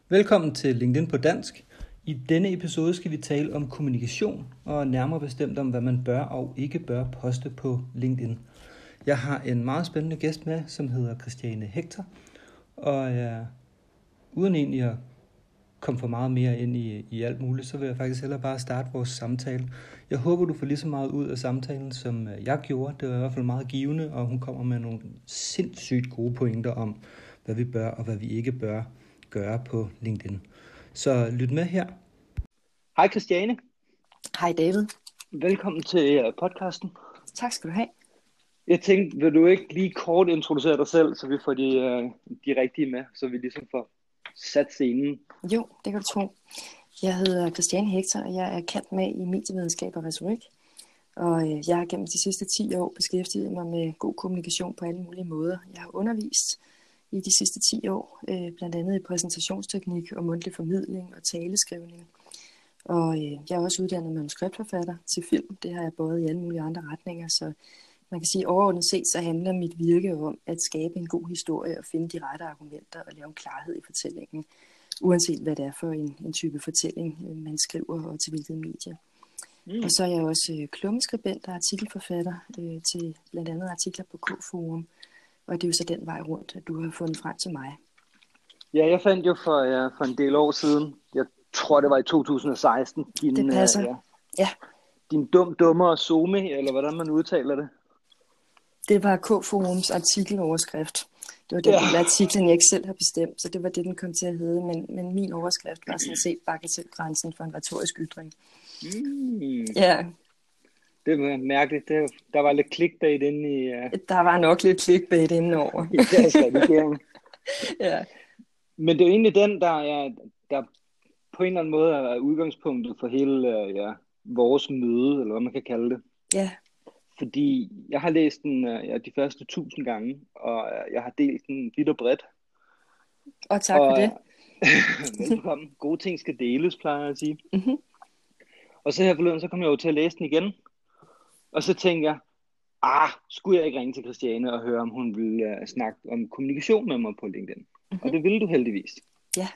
Velkommen til LinkedIn på dansk. I denne episode skal vi tale om kommunikation, og nærmere bestemt om, hvad man bør og ikke bør poste på LinkedIn. Jeg har en meget spændende gæst med, som hedder Christiane Hector, og uden egentlig at komme for meget mere ind i alt muligt, så vil jeg faktisk hellere bare starte vores samtale. Jeg håber, du får lige så meget ud af samtalen, som jeg gjorde. Det var i hvert fald meget givende, og hun kommer med nogle sindssygt gode pointer om, hvad vi bør og hvad vi ikke bør gøre på LinkedIn. Så lyt med her. Hej Christiane. Hej David. Velkommen til podcasten. Tak skal du have. Jeg tænkte, vil du ikke lige kort introducere dig selv, så vi får de rigtige med, så vi ligesom får sat scenen? Jo, det kan du tro. Jeg hedder Christiane Hector, og jeg er kendt med i medievidenskab og retorik. Og jeg har gennem de sidste 10 år beskæftiget mig med god kommunikation på alle mulige måder. Jeg har undervist i de sidste 10 år, blandt andet i præsentationsteknik og mundtlig formidling og taleskrivning. Og jeg er også uddannet manuskriptforfatter til film. Det har jeg både i alle mulige andre retninger, så man kan sige overordnet set, så handler mit virke om at skabe en god historie og finde de rette argumenter og lave en klarhed i fortællingen, uanset hvad det er for en type fortælling, man skriver og til hvilket medie. Og så er jeg også klummeskribent og artikelforfatter til blandt andet artikler på K-forum, og det er jo så den vej rundt, at du har fundet frem til mig. Ja, jeg fandt jo for en del år siden, jeg tror det var i 2016, det passer. Din dummere Zoom, eller hvordan man udtaler det. Det var K-forums artikeloverskrift. Det var den del af artiklen, jeg ikke selv har bestemt, så det var det, den kom til at hedde. Men min overskrift var sådan set bagatelgrænsen for en retorisk ytring. Ja. Det var mærkeligt. Der var lidt clickbait inde i... Der var nok lidt clickbait inde over. I deres redigering. Ja. Men det er jo egentlig den, der på en eller anden måde er udgangspunktet for hele vores møde, eller hvad man kan kalde det. Ja. Fordi jeg har læst den de første 1000 gange, og jeg har delt den vidt og bredt. Og tak for det. Velkommen. Gode ting skal deles, plejer jeg at sige. Mm-hmm. Og så her forleden, så kom jeg jo til at læse den igen. Og så tænkte jeg, skulle jeg ikke ringe til Christiane og høre, om hun ville snakke om kommunikation med mig på LinkedIn. Mm-hmm. Og det ville du heldigvis. Ja.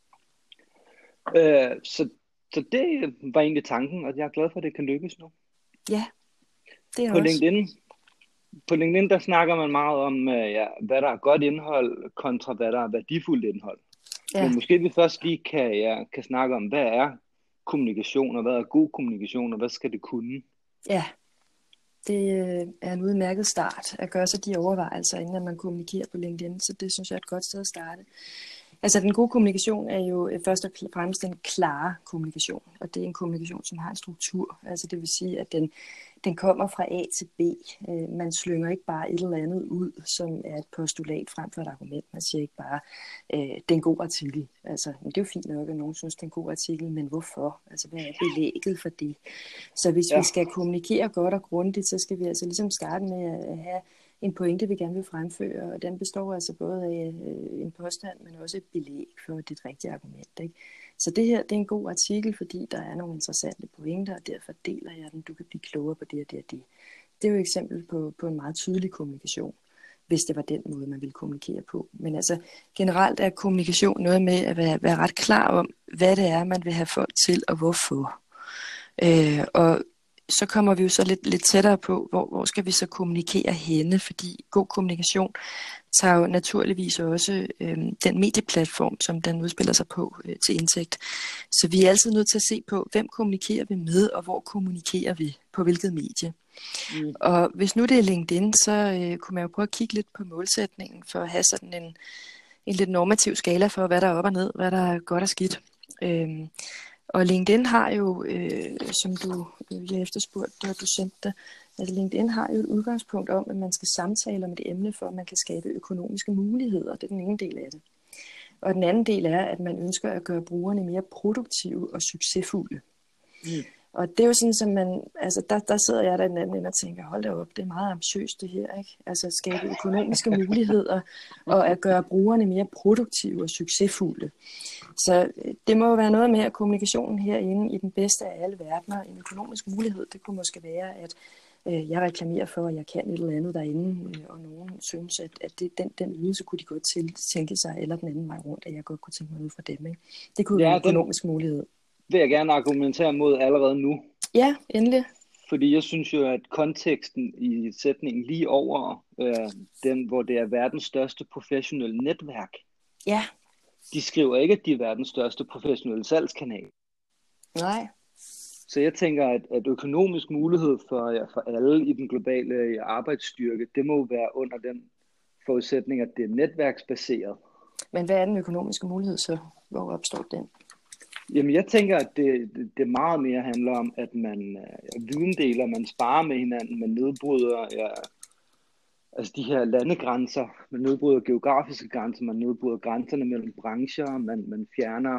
Så det var egentlig tanken, og jeg er glad for, at det kan lykkes nu. Ja, det er på også. På LinkedIn, der snakker man meget om, hvad der er godt indhold, kontra hvad der er værdifuldt indhold. Ja. Men måske vi først lige kan snakke om, hvad er kommunikation, og hvad er god kommunikation, og hvad skal det kunne? Ja, det er en udmærket start at gøre sig de overvejelser, inden man kommunikerer på LinkedIn, så det synes jeg er et godt sted at starte. Altså den gode kommunikation er jo først og fremmest en klare kommunikation, og det er en kommunikation, som har en struktur. Altså det vil sige, at den kommer fra A til B. Man slynger ikke bare et eller andet ud, som er et postulat frem for et argument. Man siger ikke bare, det er en god artikel. Altså, det er jo fint nok, at nogen synes, det er en god artikel, men hvorfor? Altså, hvad er belægget for det? Så hvis vi skal kommunikere godt og grundigt, så skal vi altså ligesom starte med at have en pointe, vi gerne vil fremføre, og den består altså både af en påstand, men også et belæg for dit rigtige argument. Ikke? Så det her, det er en god artikel, fordi der er nogle interessante pointer, og derfor deler jeg den. Du kan blive klogere på det og det og det. Det er jo et eksempel på en meget tydelig kommunikation, hvis det var den måde, man ville kommunikere på. Men altså generelt er kommunikation noget med at være ret klar om, hvad det er, man vil have folk til, og hvorfor. Og så kommer vi jo så lidt tættere på, hvor skal vi så kommunikere henne, fordi god kommunikation tager jo naturligvis også den medieplatform, som den udspiller sig på til indtægt. Så vi er altid nødt til at se på, hvem kommunikerer vi med, og hvor kommunikerer vi på hvilket medie. Og hvis nu det er LinkedIn, så kunne man jo prøve at kigge lidt på målsætningen for at have sådan en lidt normativ skala for, hvad der er op og ned, hvad der er godt og skidt. Og LinkedIn har jo, som du lige efterspurgte, da du sendte det, altså LinkedIn har jo et udgangspunkt om, at man skal samtale om et emne, for at man kan skabe økonomiske muligheder. Det er den ene del af det. Og den anden del er, at man ønsker at gøre brugerne mere produktive og succesfulde. Og det er jo sådan, som man, altså der sidder jeg der i den anden ende og tænker, hold da op, det er meget ambitiøst det her, ikke? Altså at skabe økonomiske muligheder og at gøre brugerne mere produktive og succesfulde. Så det må jo være noget med, at kommunikationen herinde i den bedste af alle verdener, en økonomisk mulighed, det kunne måske være, at Jeg reklamerer for, at jeg kan et eller andet derinde, og nogen synes, at den ydelse kunne de godt tænke sig, eller den anden vej rundt, at jeg godt kunne tænke mig ud fra dem. Ikke? Det kunne være en økonomisk mulighed. Vil jeg gerne argumentere mod allerede nu. Ja, endelig. Fordi jeg synes jo, at konteksten i sætningen lige over den, hvor det er verdens største professionelle netværk. Ja. De skriver ikke, at de er verdens største professionelle salgskanal. Nej. Så jeg tænker, at økonomisk mulighed for alle i den globale arbejdsstyrke, det må være under den forudsætning, at det er netværksbaseret. Men hvad er den økonomiske mulighed så? Hvor opstår den? Jamen jeg tænker, at det meget mere handler om, at man videndeler, man sparer med hinanden, man nedbryder altså de her landegrænser, man nedbryder geografiske grænser, man nedbryder grænserne mellem brancher, man fjerner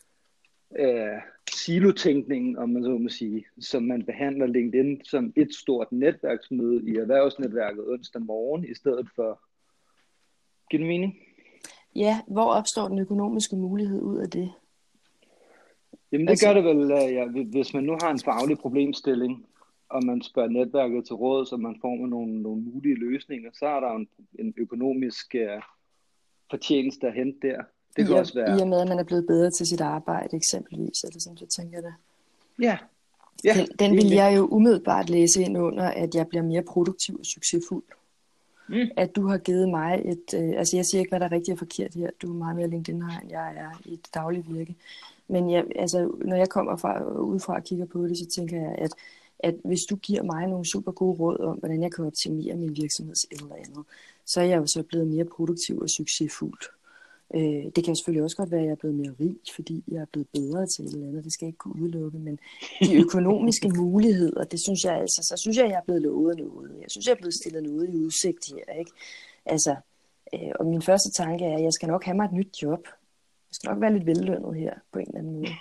silotænkningen, om man så må sige, som man behandler LinkedIn som et stort netværksmøde i erhvervsnetværket onsdag morgen, i stedet for. Giver det mening? Ja, hvor opstår den økonomiske mulighed ud af det? Jamen det gør det vel, hvis man nu har en faglig problemstilling, og man spørger netværket til råd, så man får med nogle mulige løsninger, så er der en økonomisk fortjeneste at hente der. Det kan også være. I og med, at man er blevet bedre til sit arbejde, eksempelvis, eller sådan, så tænker jeg det. Ja. Den vil jeg jo umiddelbart læse ind under, at jeg bliver mere produktiv og succesfuld. At du har givet mig altså jeg siger ikke, hvad der er rigtigt og forkert her. Du er meget mere LinkedIn her, end jeg er i et dagligt virke. Men når jeg kommer udefra og kigger på det, så tænker jeg, at hvis du giver mig nogle super gode råd om, hvordan jeg kan optimere min virksomhed eller andet, så er jeg jo så blevet mere produktiv og succesfuld. Det kan selvfølgelig også godt være, at jeg er blevet mere rig, fordi jeg er blevet bedre til et eller andet. Det skal jeg ikke kunne udelukke, men de økonomiske muligheder, det synes jeg altså, så synes jeg, at jeg er blevet lovet noget. Jeg synes, jeg er blevet stillet noget i udsigt her, ikke? Altså, og min første tanke er, at jeg skal nok have mig et nyt job. Jeg skal nok være lidt vellønnet her, på en eller anden måde.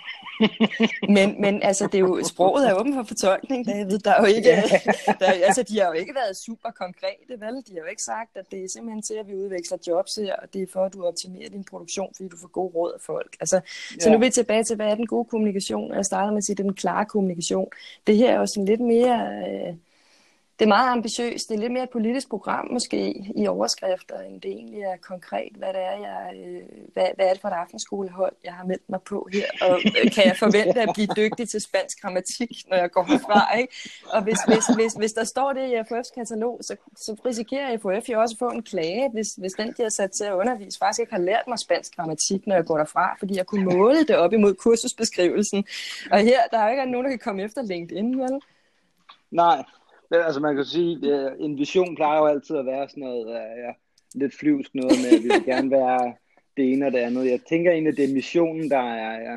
Men altså, det er jo, sproget er åben for fortolkning, David. Der er jo ikke, de har jo ikke været super konkrete, vel? De har jo ikke sagt, at det er simpelthen til, at vi udveksler jobs her, og det er for, at du optimerer din produktion, fordi du får god råd af folk. Altså, så nu er vi tilbage til, hvad er den gode kommunikation? Jeg starter med at sige, at det er den klare kommunikation. Det her er jo sådan lidt mere. Det er meget ambitiøst. Det er lidt mere et politisk program måske i overskrifter, end det egentlig er konkret. Hvad er det for et aftenskolehold, jeg har meldt mig på her? Og kan jeg forvente at blive dygtig til spansk grammatik, når jeg går herfra? Ikke? Og hvis der står det i FHF's katalog, så risikerer FHF jo også at få en klage, hvis den, de har sat til at undervise, faktisk ikke har lært mig spansk grammatik, når jeg går derfra, fordi jeg kunne måle det op imod kursusbeskrivelsen. Og her, der er jo ikke nogen, der kan komme efter LinkedIn, vel? Nej. Altså man kan sige, at en vision plejer jo altid at være sådan noget lidt flyvsk noget med, at vi vil gerne være det ene og det andet. Jeg tænker egentlig, at det er missionen, der er.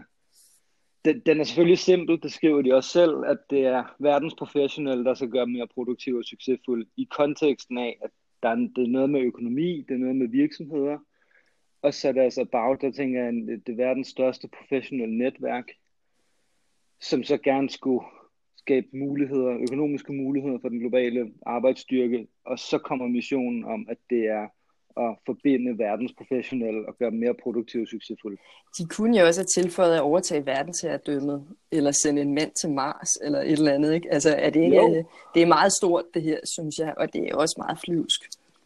Den er selvfølgelig simpel, det skriver de også selv, at det er verdens professionelle, der skal gøre mere produktiv og succesfuld i konteksten af, at det er noget med økonomi, det er noget med virksomheder. Og så er det altså bare, der tænker jeg, det er verdens største professionelle netværk, som så gerne skulle skabe muligheder, økonomiske muligheder for den globale arbejdsstyrke, og så kommer missionen om, at det er at forbinde verdens professionelle og gøre dem mere produktive og succesfulde. De kunne jo også have tilføjet at overtage verdensherredømmet, eller sende en mand til Mars, eller et eller andet, ikke? Altså, er det ikke, det er meget stort, det her, synes jeg, og det er også meget flyvsk.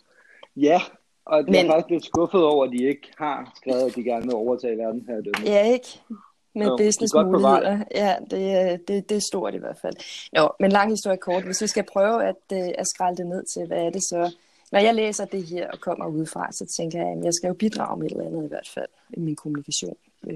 Ja, og jeg er faktisk lidt skuffet over, at de ikke har skrevet, at de gerne vil overtage verdensherredømmet. Ja, ikke? Med businessmuligheder. Ja, det er stort i hvert fald. Nå, men lang historie kort. Hvis vi skal prøve at skrælle det ned til, hvad er det så? Når jeg læser det her og kommer udefra, så tænker jeg, at jeg skal jo bidrage med et eller andet i hvert fald i min kommunikation.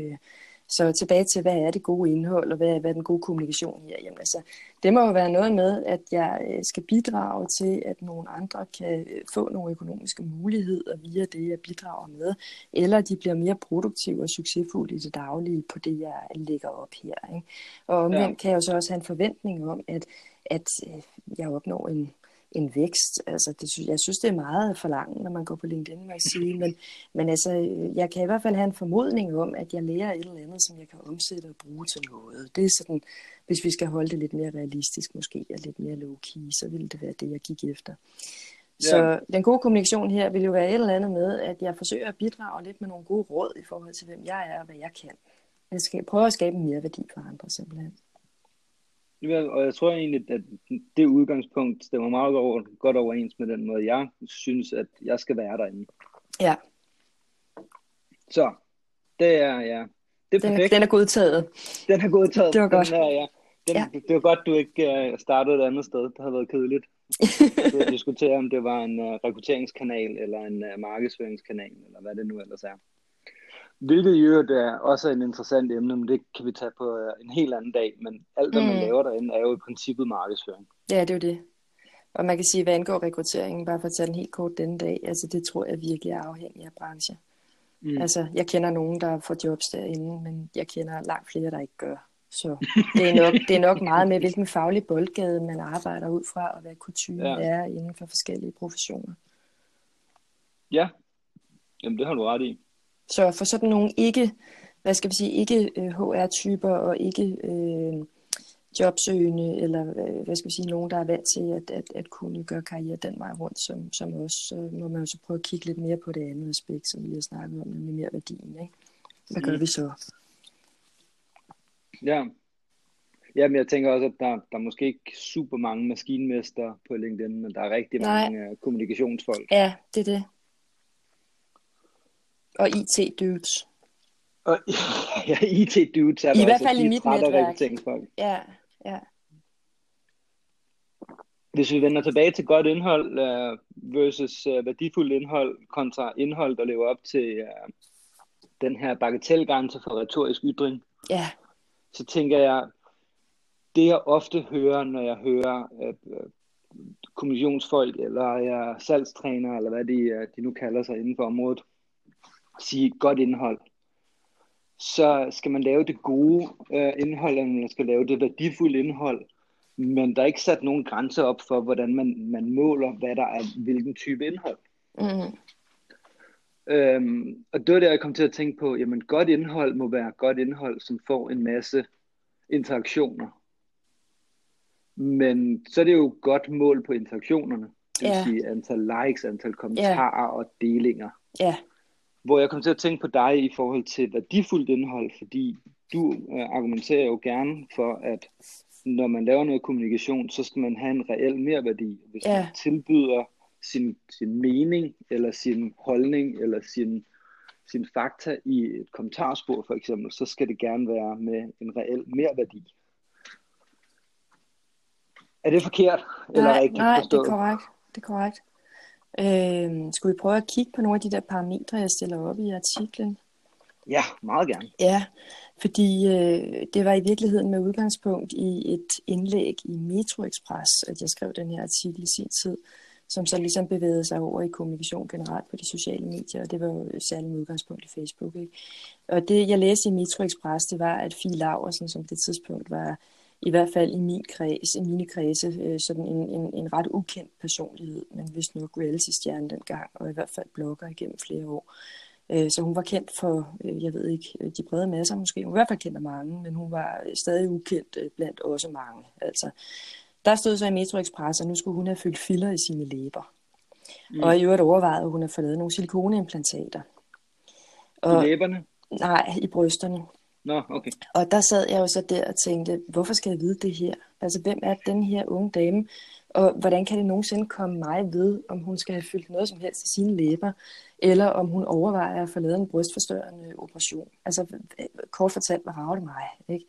Så tilbage til, hvad er det gode indhold, og hvad er den gode kommunikation her? Jamen, altså, det må jo være noget med, at jeg skal bidrage til, at nogle andre kan få nogle økonomiske muligheder via det, jeg bidrager med, eller de bliver mere produktive og succesfulde i det daglige på det, jeg lægger op her. Ikke? Og omvendt kan jeg jo så også have en forventning om, at jeg opnår en vækst. Altså, jeg synes, det er meget forlangt, når man går på LinkedIn, må jeg sige. Men altså, jeg kan i hvert fald have en formodning om, at jeg lærer et eller andet, som jeg kan omsætte og bruge til noget. Det er sådan, hvis vi skal holde det lidt mere realistisk måske, og lidt mere low-key, så ville det være det, jeg gik efter. Så den gode kommunikation her vil jo være et eller andet med, at jeg forsøger at bidrage lidt med nogle gode råd i forhold til, hvem jeg er og hvad jeg kan. Jeg skal prøve at skabe mere værdi for andre, simpelthen. Ja, og jeg tror egentlig, at det udgangspunkt stemmer meget godt overens med den måde, jeg synes, at jeg skal være derinde. Ja. Så, det er, ja, det er perfekt. Den er godtaget. Den er godtaget. Det var godt. Det var godt, du ikke startede et andet sted. Det havde været kedeligt. Du diskutere, om det var en rekrutteringskanal, eller en markedsføringskanal, eller hvad det nu ellers er. Hvilket jo er også en interessant emne, men det kan vi tage på en helt anden dag. Men alt, hvad man laver derinde, er jo i princippet markedsføring. Ja, det er jo det. Og man kan sige, hvad angår rekrutteringen, bare for at tage den helt kort denne dag, altså det tror jeg virkelig er afhængig af branchen. Altså, jeg kender nogen, der får jobs derinde, men jeg kender langt flere, der ikke gør. Så det er nok meget med, hvilken faglig boldgade man arbejder ud fra, og hvad kutyme er inden for forskellige professioner. Ja, jamen det har du ret i. Så for sådan nogle ikke HR-typer og ikke jobsøgende, eller nogen, der er vant til at kunne gøre karriere den vej rundt, som os, så må man jo så prøve at kigge lidt mere på det andet aspekt, som vi lige har snakket om, med mere værdien, ikke? Hvad gør vi så? Ja. Jamen, jeg tænker også, at der er måske ikke super mange maskinmester på LinkedIn, men der er rigtig mange kommunikationsfolk. Ja, det er det. Og IT-dudes. Og ja, IT-dudes er der i hvert fald i mit netværk. Ja. Hvis vi vender tilbage til godt indhold versus værdifuldt indhold kontra indhold, der lever op til den her bagatelgrænse for retorisk ytring, så tænker jeg, det jeg ofte hører, når jeg hører kommunikationsfolk eller salgstræner, eller hvad de nu kalder sig inden for området, sige godt indhold, så skal man lave det gode indhold, eller man skal lave det værdifulde indhold, men der er ikke sat nogen grænse op for, hvordan man måler, hvad der er, hvilken type indhold. Og det var det, jeg kom til at tænke på, jamen godt indhold må være godt indhold, som får en masse interaktioner. Men så er det jo godt mål på interaktionerne. Det vil sige antal likes, antal kommentarer og delinger. Hvor jeg kom til at tænke på dig i forhold til værdifuldt indhold, fordi du argumenterer jo gerne for, at når man laver noget kommunikation, så skal man have en reel merværdi. Hvis man tilbyder sin mening, eller sin holdning, eller sin fakta i et kommentarspor for eksempel, så skal det gerne være med en reel merværdi. Er det forkert? Eller rigtigt forstået? Nej, det er korrekt. Skulle vi prøve at kigge på nogle af de der parametre, jeg stiller op i artiklen? Ja, meget gerne. Ja, fordi det var i virkeligheden med udgangspunkt i et indlæg i Metro Express, at jeg skrev den her artikel i sin tid, som så ligesom bevægede sig over i kommunikation generelt på de sociale medier, og det var jo særligt med udgangspunkt i Facebook, ikke? Og det, jeg læste i Metro Express, det var, at Fie Laursen, som på det tidspunkt var i hvert fald i mine kredse, sådan en ret ukendt personlighed, men vist nok reality-stjerne dengang, og i hvert fald blogger igennem flere år. Så hun var kendt for, jeg ved ikke, de brede masser måske. Hun var i hvert fald kendt af mange, men hun var stadig ukendt blandt også mange. Altså, der stod så i Metro Express, og nu skulle hun have fyldt filler i sine læber. Og i øvrigt overvejede, at hun havde fået lavet nogle silikoneimplantater. I læberne? Nej, i brysterne. Nå, okay. Og der sad jeg jo så der og tænkte, hvorfor skal jeg vide det her? Altså, hvem er den her unge dame? Og hvordan kan det nogensinde komme mig ved, om hun skal have fyldt noget som helst i sine læber, eller om hun overvejer at få lavet en brystforstørrende operation? Altså, kort fortalt, hvad rager det mig, ikke?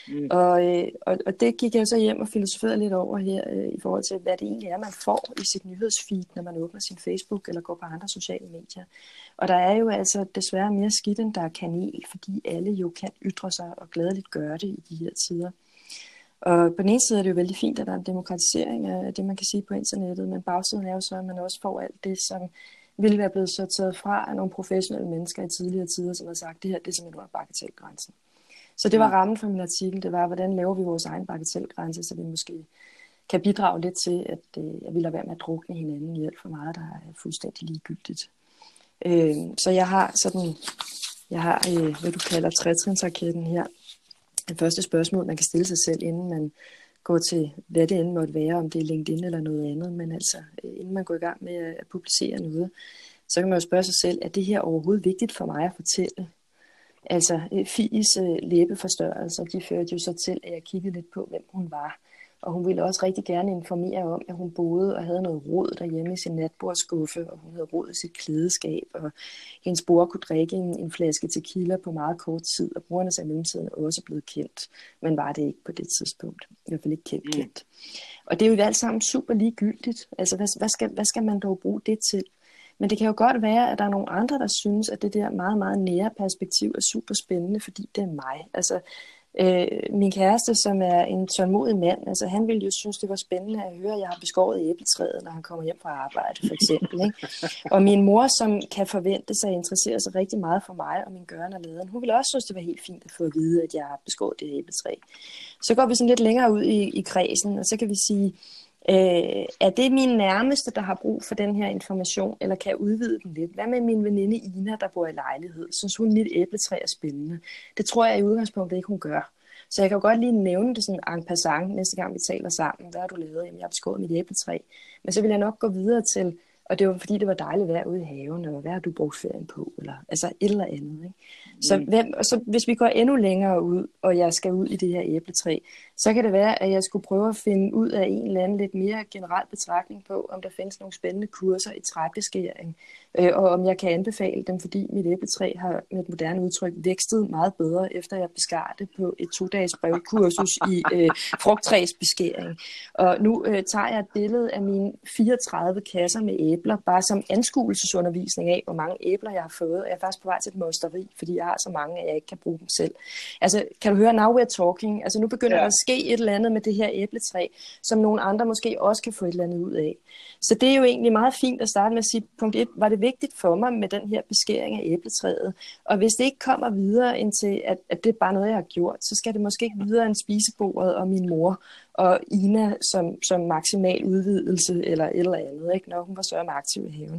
Og det gik jeg så hjem og filosoferede lidt over her, i forhold til, hvad det egentlig er, man får i sit nyhedsfeed, når man åbner sin Facebook eller går på andre sociale medier. Og der er jo altså desværre mere skidt, end der er kanel, fordi alle jo kan ytre sig og gladeligt gøre det i de her tider. Og på den ene side er det jo vældig fint, at der er en demokratisering af det, man kan sige på internettet, men bagsiden er jo så, at man også får alt det, som ville være blevet så taget fra af nogle professionelle mennesker i tidligere tider, som har sagt, det her det er simpelthen under bagatelgrænsen. Så det var rammen for min artikel, det var, hvordan laver vi vores egen bagatelgrænse, så vi måske kan bidrage lidt til, at vi lader være med at drukne hinanden i alt for meget, der er fuldstændig ligegyldigt. Så jeg har, hvad du kalder trætrinsraketten her. Det første spørgsmål, man kan stille sig selv, inden man går til, hvad det end måtte være, om det er LinkedIn eller noget andet, men altså, inden man går i gang med at publicere noget, så kan man jo spørge sig selv, er det her overhovedet vigtigt for mig at fortælle? Altså Fies læbeforstørrelser, de førte jo så til, at jeg kiggede lidt på, hvem hun var. Og hun ville også rigtig gerne informere om, at hun boede og havde noget rod derhjemme i sin natbordsskuffe, og hun havde rod i sit klædeskab, og hendes bror kunne drikke en flaske tequila på meget kort tid, og brorerne er i mellemtiden også blevet kendt, men var det ikke på det tidspunkt. I hvert fald ikke kendt. Og det er jo alt sammen super ligegyldigt. Altså, hvad skal man dog bruge det til? Men det kan jo godt være, at der er nogle andre, der synes, at det der meget, meget nære perspektiv er super spændende, fordi det er mig. Altså, min kæreste, som er en tålmodig mand, altså han ville jo synes, det var spændende at høre, at jeg har beskåret æbletræet, når han kommer hjem fra arbejde, for eksempel. Ikke? Og min mor, som kan forvente sig at interessere sig rigtig meget for mig og min gøren og lederen, hun ville også synes, det var helt fint at få at vide, at jeg har beskåret det æbletræ. Så går vi sådan lidt længere ud i kredsen, og så kan vi sige, er det min nærmeste, der har brug for den her information, eller kan jeg udvide den lidt? Hvad med min veninde Ina, der bor i lejlighed? Synes hun, mit æbletræ er spændende? Det tror jeg i udgangspunktet ikke, hun gør. Så jeg kan jo godt lige nævne det sådan en passant, næste gang vi taler sammen. Hvad har du lavet? Jamen, jeg har beskåret mit æbletræ. Men så vil jeg nok gå videre til, og det var fordi, det var dejligt vejr ude i haven, og hvad har du brugt ferien på? Eller, altså et eller andet. Ikke? Så hvis vi går endnu længere ud, og jeg skal ud i det her æbletræ, så kan det være, at jeg skulle prøve at finde ud af en eller anden lidt mere generel betragtning på, om der findes nogle spændende kurser i træbeskæring, og om jeg kan anbefale dem, fordi mit æbletræ har med et moderne udtryk vækstet meget bedre, efter jeg beskar det på et 2-dages brevkursus i frugttræsbeskæring. Og nu tager jeg et billede af mine 34 kasser med æbler, bare som anskuelsesundervisning af, hvor mange æbler jeg har fået, og jeg er faktisk på vej til et mosteri, fordi jeg har så mange, at jeg ikke kan bruge dem selv. Altså, kan du høre, now we're talking? Altså, nu begynder der at ske et eller andet med det her æbletræ, som nogle andre måske også kan få et eller andet ud af. Så det er jo egentlig meget fint at starte med at sige, punkt 1, var det vigtigt for mig med den her beskæring af æbletræet? Og hvis det ikke kommer videre ind til, at det er bare noget, jeg har gjort, så skal det måske ikke videre end spisebordet og min mor og Ina som maksimal udvidelse eller et eller andet, ikke? Når hun var så aktiv i haven.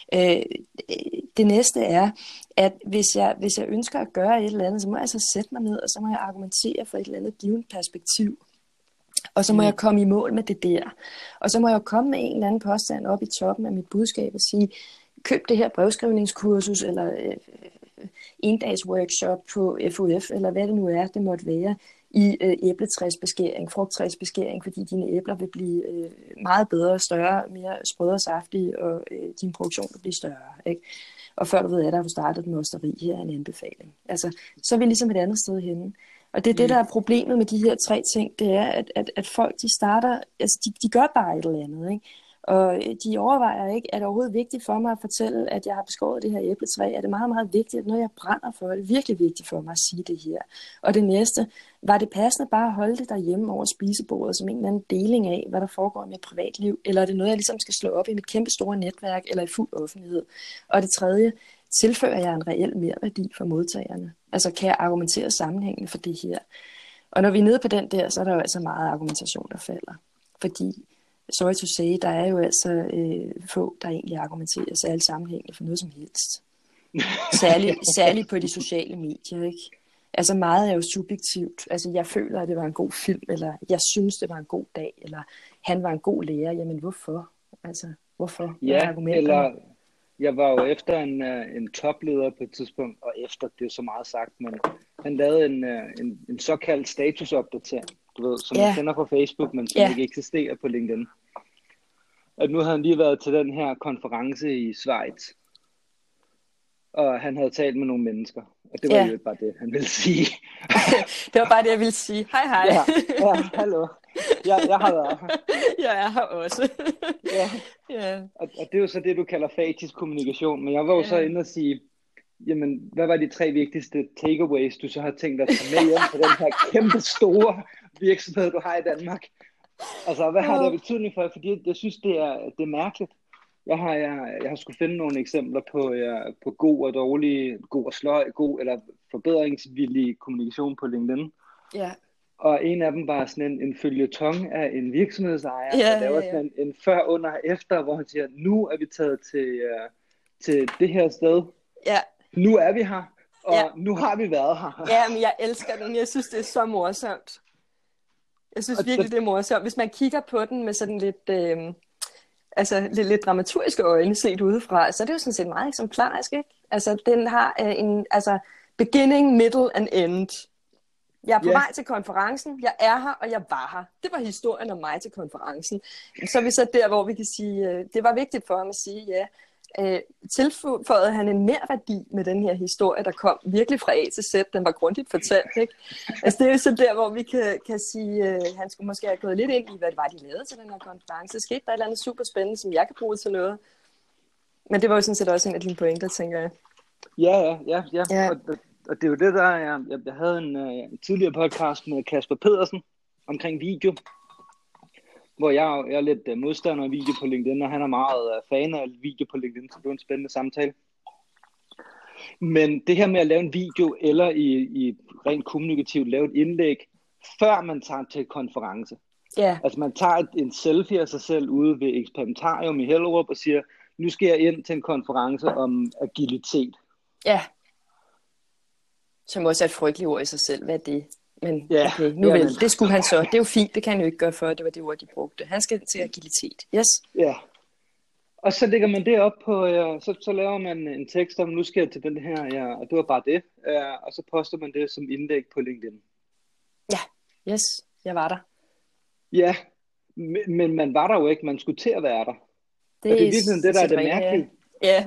Det næste er, at hvis jeg ønsker at gøre et eller andet, så må jeg altså sætte mig ned, og så må jeg argumentere for et eller andet givet perspektiv. Og så må jeg komme i mål med det der. Og så må jeg komme med en eller anden påstand op i toppen af mit budskab og sige, køb det her brevskrivningskursus, eller en-dags workshop på FUF, eller hvad det nu er, det måtte være, i æbletræsbeskæring, frugttræsbeskæring, fordi dine æbler vil blive meget bedre, større, mere sprøde og saftige, og din produktion vil blive større. Ikke? Og før du ved, at der har du startet et mosteri, her er en anbefaling. Altså, så er vi ligesom et andet sted henne. Og det er det, der er problemet med de her 3 ting, det er, at folk, de starter, altså de gør bare et eller andet, ikke? Og de overvejer ikke, er det overhovedet vigtigt for mig at fortælle, at jeg har beskåret det her æbletræ? Er det meget, meget vigtigt, at når jeg brænder for, er det virkelig vigtigt for mig at sige det her? Og det næste, var det passende bare at holde det derhjemme over spisebordet som en eller anden deling af, hvad der foregår i mit privatliv? Eller er det noget, jeg ligesom skal slå op i mit kæmpe store netværk eller i fuld offentlighed? Og det tredje, tilfører jeg en reel merværdi for modtagerne? Altså kan jeg argumentere sammenhængende for det her? Og når vi er nede på den der, så er der jo altså meget argumentation, der falder. Fordi sorry to say, der er jo altså få, der egentlig argumenterer særligt sammenhængende for noget som helst. Særligt på de sociale medier, ikke? Altså meget er jo subjektivt. Altså jeg føler, at det var en god film, eller jeg synes, det var en god dag, eller han var en god lærer. Jamen hvorfor? Altså hvorfor? Ja, eller jeg var jo efter en topleder på et tidspunkt, og efter, det er så meget sagt, men han lavede en såkaldt statusopdatering, du ved, som man kender fra Facebook, men som ikke eksisterer på LinkedIn. At nu havde han lige været til den her konference i Schweiz, og han havde talt med nogle mennesker, og det var jo bare det, han ville sige. Det var bare det, jeg ville sige. Hej. Ja, hallo. Jeg har været her. Jeg er her også. Ja. Og det er jo så det, du kalder fatisk kommunikation, men jeg var jo så inde og sige, jamen, hvad var de 3 vigtigste takeaways, du så har tænkt dig at tage med hjem på den her kæmpe store virksomhed, du har i Danmark? Altså, hvad har det betydning for jer? Fordi jeg synes, det er mærkeligt. Jeg har skulle finde nogle eksempler på god og dårlig, god og sløj, god eller forbedringsvillig kommunikation på LinkedIn. Ja. Og en af dem var sådan en føljeton af en virksomhedsejer, der laver sådan en før, under og efter, hvor han siger, nu er vi taget til det her sted. Ja. Nu er vi her, og nu har vi været her. Ja, men jeg elsker den. Jeg synes, det er så morsomt. Jeg synes virkelig, det er morsomt. Hvis man kigger på den med sådan lidt dramaturgiske øjne set udefra, så er det jo sådan set meget eksemplarisk, ikke? Altså, den har Beginning, middle and end. Jeg er på vej til konferencen, jeg er her, og jeg var her. Det var historien om mig til konferencen. Så er vi så der, hvor vi kan sige, det var vigtigt for ham at sige, ja, tilføjede han en merværdi med den her historie, der kom virkelig fra A til Z. Den var grundigt fortalt, ikke? Altså det er jo så der, hvor vi kan sige, han skulle måske have gået lidt ind i, hvad det var, de lavede til den her konference. Skete der et eller andet super spændende, som jeg kan bruge til noget? Men det var jo sådan set også en af dine pointer, tænker jeg. Ja. Og det er jo det, der jeg havde en tidligere podcast med Kasper Pedersen omkring video, hvor jeg er lidt modstander af video på LinkedIn, og han er meget fan af video på LinkedIn, så det var en spændende samtale. Men det her med at lave en video, eller i rent kommunikativt lave et indlæg, før man tager til konference. Yeah. Altså man tager en selfie af sig selv ude ved Experimentarium i Hellerup og siger, nu skal jeg ind til en konference om agilitet. Ja. Som også er et frygteligt ord i sig selv. Hvad er det? Men ja, okay, nu vel, det skulle han så. Det er jo fint, det kan han jo ikke gøre for, det var det ord, de brugte. Han skal til agilitet. Yes. Ja. Og så lægger man det op på, så laver man en tekst om, nu skal jeg til den her, og det var bare det. Og så poster man det som indlæg på LinkedIn. Ja, yes, jeg var der. Ja, men man var der jo ikke, man skulle til at være der. Det er virkelig det, der er det mærkelige. Ja.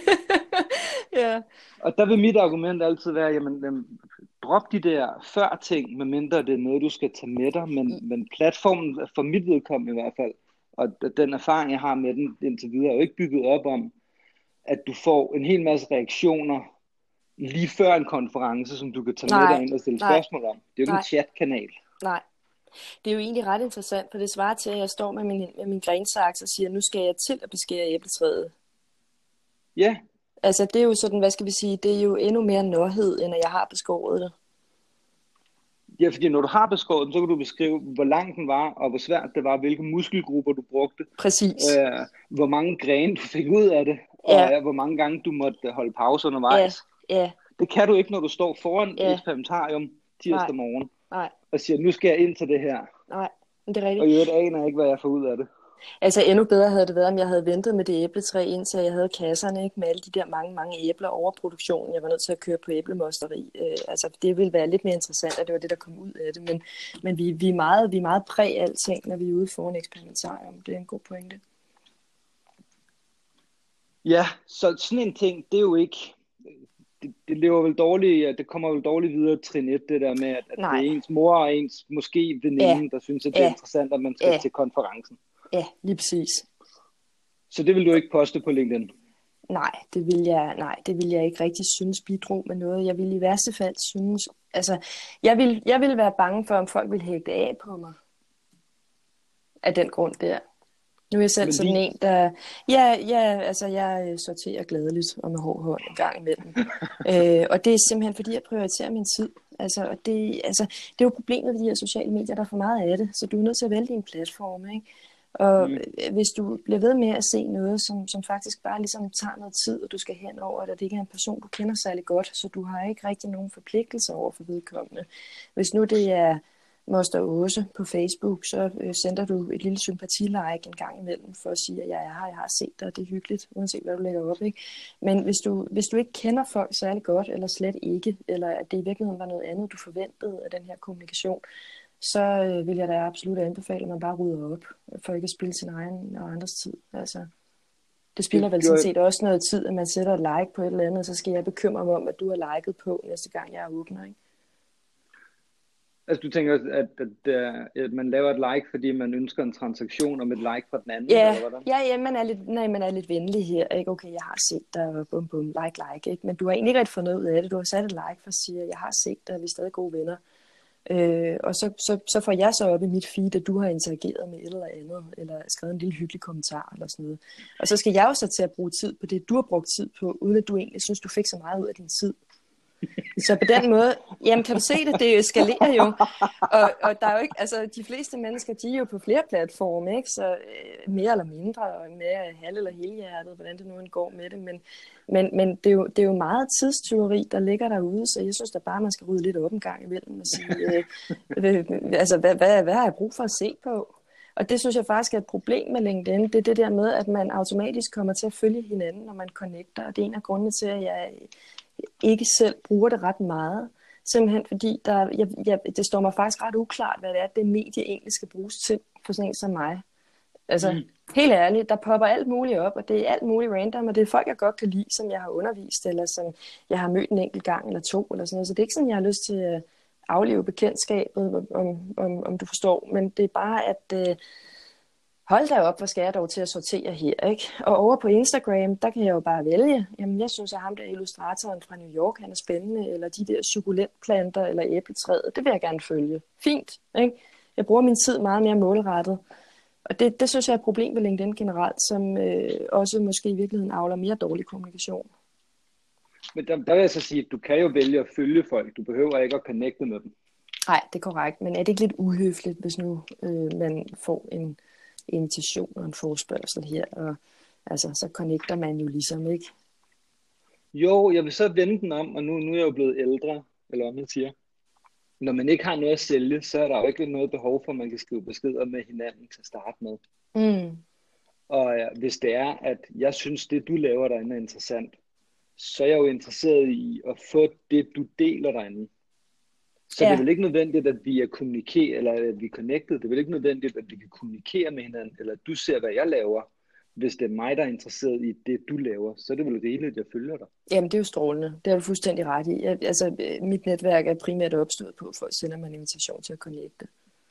Ja. Og der vil mit argument altid være, jamen drop de der før ting, medmindre det er noget, du skal tage med dig, men platformen, for mit vedkommende i hvert fald, og den erfaring, jeg har med den indtil videre, er jo ikke bygget op om, at du får en hel masse reaktioner lige før en konference, som du kan tage med dig ind og stille spørgsmål om. Det er jo ikke en chatkanal. Nej. Det er jo egentlig ret interessant, for det svarer til, at jeg står med min grensaks og siger, nu skal jeg til at beskære æbletræet. Ja. Altså det er jo sådan, hvad skal vi sige, det er jo endnu mere nørhed, end at jeg har beskåret det. Ja, fordi når du har beskåret den, så kan du beskrive, hvor lang den var, og hvor svært det var, hvilke muskelgrupper du brugte. Præcis. Hvor mange grene du fik ud af det, og hvor mange gange du måtte holde pause undervejs. Ja. Det kan du ikke, når du står foran Experimentarium tirsdag morgen, og siger, nu skal jeg ind til det her. Nej, det er rigtigt. Og i øvrigt aner jeg ikke, hvad jeg får ud af det. Altså endnu bedre havde det været, om jeg havde ventet med det æbletræ, indtil jeg havde kasserne, ikke, med alle de der mange æbler over produktionen. Jeg var nødt til at køre på æblemosteri. Altså det ville være lidt mere interessant, at det var det, der kom ud af det. Men vi er meget præg alting, når vi er ude foran Experimentarium. Det er en god pointe. Ja, så sådan en ting, det er jo ikke... Det lever vel dårligt, det kommer vel dårligt videre trin 1, det der med, at det er ens mor og ens måske veninde, der synes, at det er interessant, at man skal til konferencen. Ja, lige præcis. Så det vil du ikke poste på LinkedIn? Nej, det vil jeg ikke rigtig synes bidrog med noget. Jeg vil i værste fald synes, altså, jeg vil være bange for, om folk vil hægte af på mig. Af den grund der. Nu er jeg selv sådan en, der... Altså jeg sorterer gladeligt og med hård hånd en gang imellem. Og det er simpelthen, fordi jeg prioriterer min tid. Altså, det er jo problemet ved de her sociale medier, der er for meget af det. Så du er nødt til at vælge din platform, ikke? Og hvis du bliver ved med at se noget, som faktisk bare ligesom tager noget tid, og du skal hen over, at det ikke er en person, du kender særlig godt, så du har ikke rigtig nogen forpligtelser over for vedkommende. Hvis nu det er Moster Åse på Facebook, så sender du et lille sympatilike en gang imellem, for at sige, at jeg er her, jeg har set dig, og det er hyggeligt, uanset hvad du lægger op, ikke? Men hvis du ikke kender folk særlig godt, eller slet ikke, eller at det i virkeligheden var noget andet, du forventede af den her kommunikation, så vil jeg da absolut anbefale, at man bare rydder op, for ikke at spilde sin egen og andres tid. Altså, det spilder vel sådan set også noget tid, at man sætter et like på et eller andet, så skal jeg bekymre mig om, at du har liket på næste gang, jeg åbner, ikke? Altså du tænker, at man laver et like, fordi man ønsker en transaktion om et like fra den anden? Ja, eller hvordan? ja, man er lidt venlig her, ikke? Okay, jeg har set dig, og bum, like, ikke? Men du har egentlig ikke rigtig fået noget ud af det. Du har sat et like for at sige, at jeg har set dig, og vi er stadig gode venner. Og så får jeg så op i mit feed, at du har interageret med et eller andet, eller skrevet en lille hyggelig kommentar, eller sådan noget. Og så skal jeg jo så til at bruge tid på det, du har brugt tid på, uden at du egentlig synes, du fik så meget ud af din tid. Så på den måde, jamen kan du se det eskalerer jo, og der er jo ikke, altså de fleste mennesker, de er jo på flere platforme, ikke, så mere eller mindre, og mere halv- eller helhjertet, hvordan det nu går med det, men det er jo meget tidstyveri, der ligger derude, så jeg synes da bare, man skal rydde lidt op en gang imellem, og sige, altså hvad har jeg brug for at se på? Og det synes jeg faktisk er et problem med LinkedIn. Det er det der med, at man automatisk kommer til at følge hinanden, når man connecter. Og det er en af grundene til, at jeg ikke selv bruger det ret meget. Simpelthen fordi det står mig faktisk ret uklart, hvad det er, det medie egentlig skal bruges til for sådan en som mig. Altså, helt ærligt, der popper alt muligt op, og det er alt muligt random, og det er folk, jeg godt kan lide, som jeg har undervist, eller som jeg har mødt en enkelt gang eller to, eller sådan noget. Så det er ikke sådan, jeg har lyst til at afleve bekendtskabet, om du forstår. Men det er bare, at hold da op, hvor skal jeg dog til at sortere her, ikke? Og over på Instagram, der kan jeg jo bare vælge. Jamen, jeg synes, at ham der illustratoren fra New York, han er spændende, eller de der sukulentplanter, eller æbletræet, det vil jeg gerne følge. Fint, ikke? Jeg bruger min tid meget mere målrettet. Og det synes jeg er et problem ved LinkedIn generelt, som også måske i virkeligheden avler mere dårlig kommunikation. Men der vil jeg så sige, at du kan jo vælge at følge folk. Du behøver ikke at connecte med dem. Nej, det er korrekt. Men er det ikke lidt uhøfligt, hvis nu man får en invitation og en forespørgsel her, og altså, så connecter man jo ligesom, ikke? Jo, jeg vil så vende den om, og nu er jeg jo blevet ældre, eller hvad man siger. Når man ikke har noget at sælge, så er der jo ikke noget behov for, at man kan skrive beskeder med hinanden til at starte med. Og hvis det er, at jeg synes, det du laver derinde er interessant, så er jeg jo interesseret i at få det, du deler derinde. Så det er vel ikke nødvendigt, at vi er kommunikere, eller at vi er connected. Det er vel ikke nødvendigt, at vi kan kommunikere med hinanden, eller at du ser, hvad jeg laver. Hvis det er mig, der er interesseret i det, du laver, så er det vel rigeligt, at jeg følger dig. Jamen, det er jo strålende. Det har du fuldstændig ret i. Mit netværk er primært opstået på, for at sende mig en invitation til at connecte.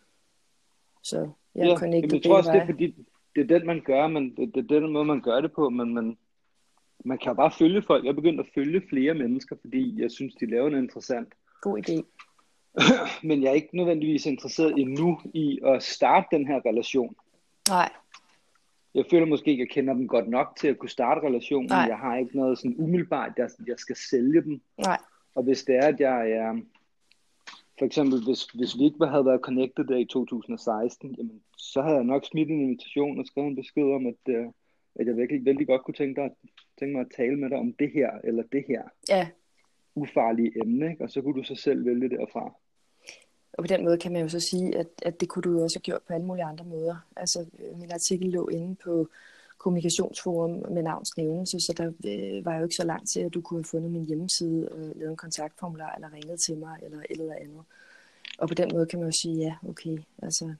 Så jeg er connected. Jeg tror også, det er fordi, det er den, man gør, men det er den måde, man gør det på, men man kan jo bare følge folk. Jeg er begyndt at følge flere mennesker, fordi jeg synes, de laver noget interessant. God idé. Men jeg er ikke nødvendigvis interesseret endnu i at starte den her relation. Nej. Jeg føler måske ikke, at jeg kender dem godt nok til at kunne starte relationen. Nej. Jeg har ikke noget sådan umiddelbart, jeg skal sælge dem. Nej. Og hvis det er, at jeg er... For eksempel, hvis vi ikke havde været connected der i 2016, jamen, så havde jeg nok smidt en invitation og skrevet en besked om, at jeg virkelig vældig godt kunne tænke mig at tale med dig om det her, eller det her. Ja. Ufarlige emne, ikke? Og så kunne du så selv vælge derfra. Og på den måde kan man jo så sige, at det kunne du jo også have gjort på alle mulige andre måder. Altså, min artikel lå inde på Kommunikationsforum med navns nævnelse, så der var jo ikke så langt til, at du kunne have fundet min hjemmeside og lavet en kontaktformular, eller ringet til mig, eller et eller andet. Og på den måde kan man jo sige, ja, okay, altså...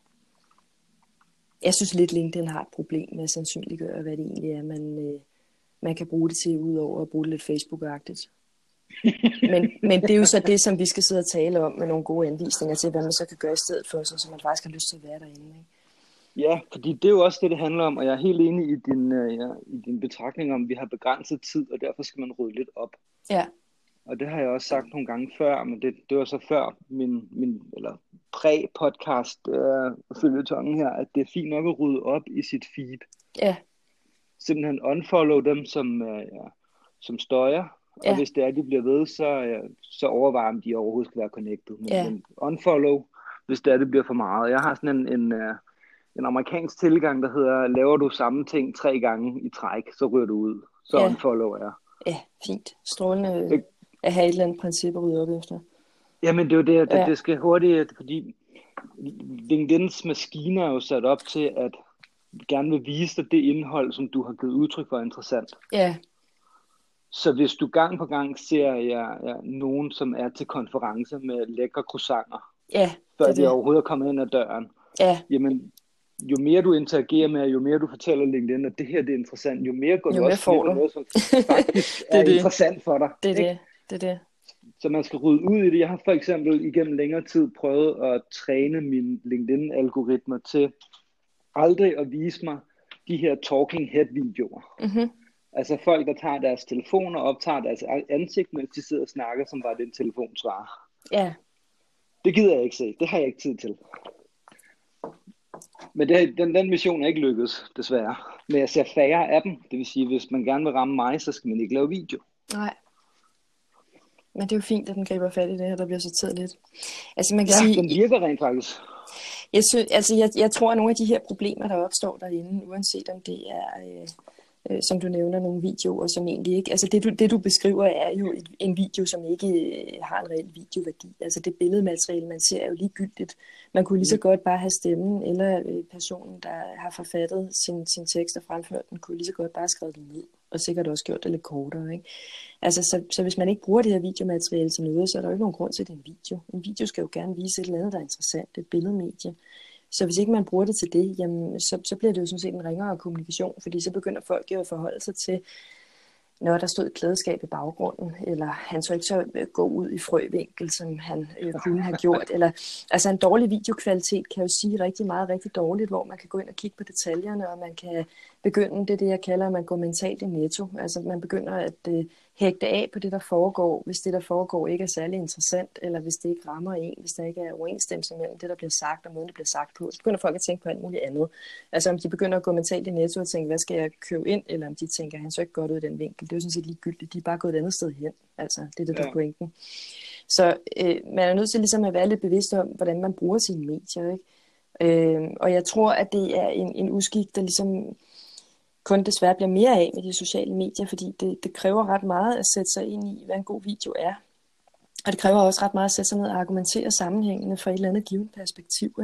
Jeg synes lidt, LinkedIn har et problem med at sandsynliggøre, hvad det egentlig er, man kan bruge det til, udover at bruge det lidt Facebook-agtigt. men det er jo så det, som vi skal sidde og tale om med nogle gode anvisninger til, hvad man så kan gøre i stedet for, så man faktisk har lyst til at være derinde. Ikke? Ja, fordi det er jo også det handler om, og jeg er helt enig i din betragtning om, at vi har begrænset tid, og derfor skal man rydde lidt op. Ja. Og det har jeg også sagt nogle gange før, men det var så før min eller præ-podcast følgetongen her, at det er fint nok at rydde op i sit feed. Ja. Simpelthen unfollow dem, som støjer. Ja. Og hvis det er, de bliver ved, så overvejer om de overhovedet skal være connected. Men unfollow, hvis det er, det bliver for meget. Jeg har sådan en amerikansk tilgang, der hedder, laver du samme ting 3 gange i træk, så ryger du ud. Så unfollow jeg. Ja, fint. Strålende at have et eller andet princip at rydde op efter. Jamen det er jo det, det skal hurtigt, fordi LinkedIn's maskiner er jo sat op til, at gerne vil vise dig det indhold, som du har givet udtryk for interessant. Ja. Så hvis du gang på gang ser nogen, som er til konferencer med lækre croissanter, før de overhovedet er kommet ind ad døren, jamen, jo mere du interagerer med, jo mere du fortæller LinkedIn, at det her det er interessant, jo mere går du også med noget, som faktisk er interessant for dig. Det er det. Så man skal rydde ud i det. Jeg har for eksempel igennem længere tid prøvet at træne mine LinkedIn-algoritmer til aldrig at vise mig de her talking head-videoer. Mm-hmm. Altså folk, der tager deres telefoner og optager deres ansigt, mens de sidder og snakker, som var det en telefonsvarer. Ja. Det gider jeg ikke se. Det har jeg ikke tid til. Men den mission er ikke lykkedes, desværre. Men jeg ser færre af dem. Det vil sige, hvis man gerne vil ramme mig, så skal man ikke lave video. Nej. Men det er jo fint, at den griber fat i det her, der bliver sorteret lidt. Altså man kan sige... den virker rent faktisk. Jeg tror, at nogle af de her problemer, der opstår derinde, uanset om det er som du nævner, nogle videoer, som egentlig ikke... Altså det du beskriver er jo en video, som ikke har en reel videoværdi. Altså det billedmateriale, man ser, er jo ligegyldigt. Man kunne lige så godt bare have stemmen, eller personen, der har forfattet sin tekst og fremført den, kunne lige så godt bare have skrevet den ned, og sikkert også gjort det lidt kortere, ikke? Altså, så hvis man ikke bruger det her videomateriale til noget, så er der jo ikke nogen grund til, at det er en video. En video skal jo gerne vise et eller andet, der er interessant, et billedmedie. Så hvis ikke man bruger det til det, jamen, så bliver det jo sådan set en ringere kommunikation, fordi så begynder folk jo at forholde sig til, når der stod et klædeskab i baggrunden, eller han så ikke så gå ud i frøvinkel, som han kunne have gjort. Eller, altså en dårlig videokvalitet kan jo sige rigtig meget rigtig dårligt, hvor man kan gå ind og kigge på detaljerne, og man kan begynde, det jeg kalder, at man går mentalt i netto. Altså man begynder at hægte af på det, der foregår, hvis det, der foregår, ikke er særlig interessant, eller hvis det ikke rammer en, hvis der ikke er overensstemmelse mellem det, der bliver sagt, og måden, det bliver sagt på. Så begynder folk at tænke på alt muligt andet. Altså om de begynder at gå mentalt i netto og tænke, hvad skal jeg købe ind, eller om de tænker, han så ikke godt ud i den vinkel. Det er jo sådan set ligegyldigt. De er bare gået et andet sted hen. Altså det er det, der er pointen. Så man er nødt til ligesom at være lidt bevidst om, hvordan man bruger sine medier, ikke? Og jeg tror, at det er en uskik, der ligesom kun desværre bliver mere af med de sociale medier, fordi det kræver ret meget at sætte sig ind i, hvad en god video er. Og det kræver også ret meget at sætte sig ned og argumentere sammenhængende fra et eller andet givet perspektiv,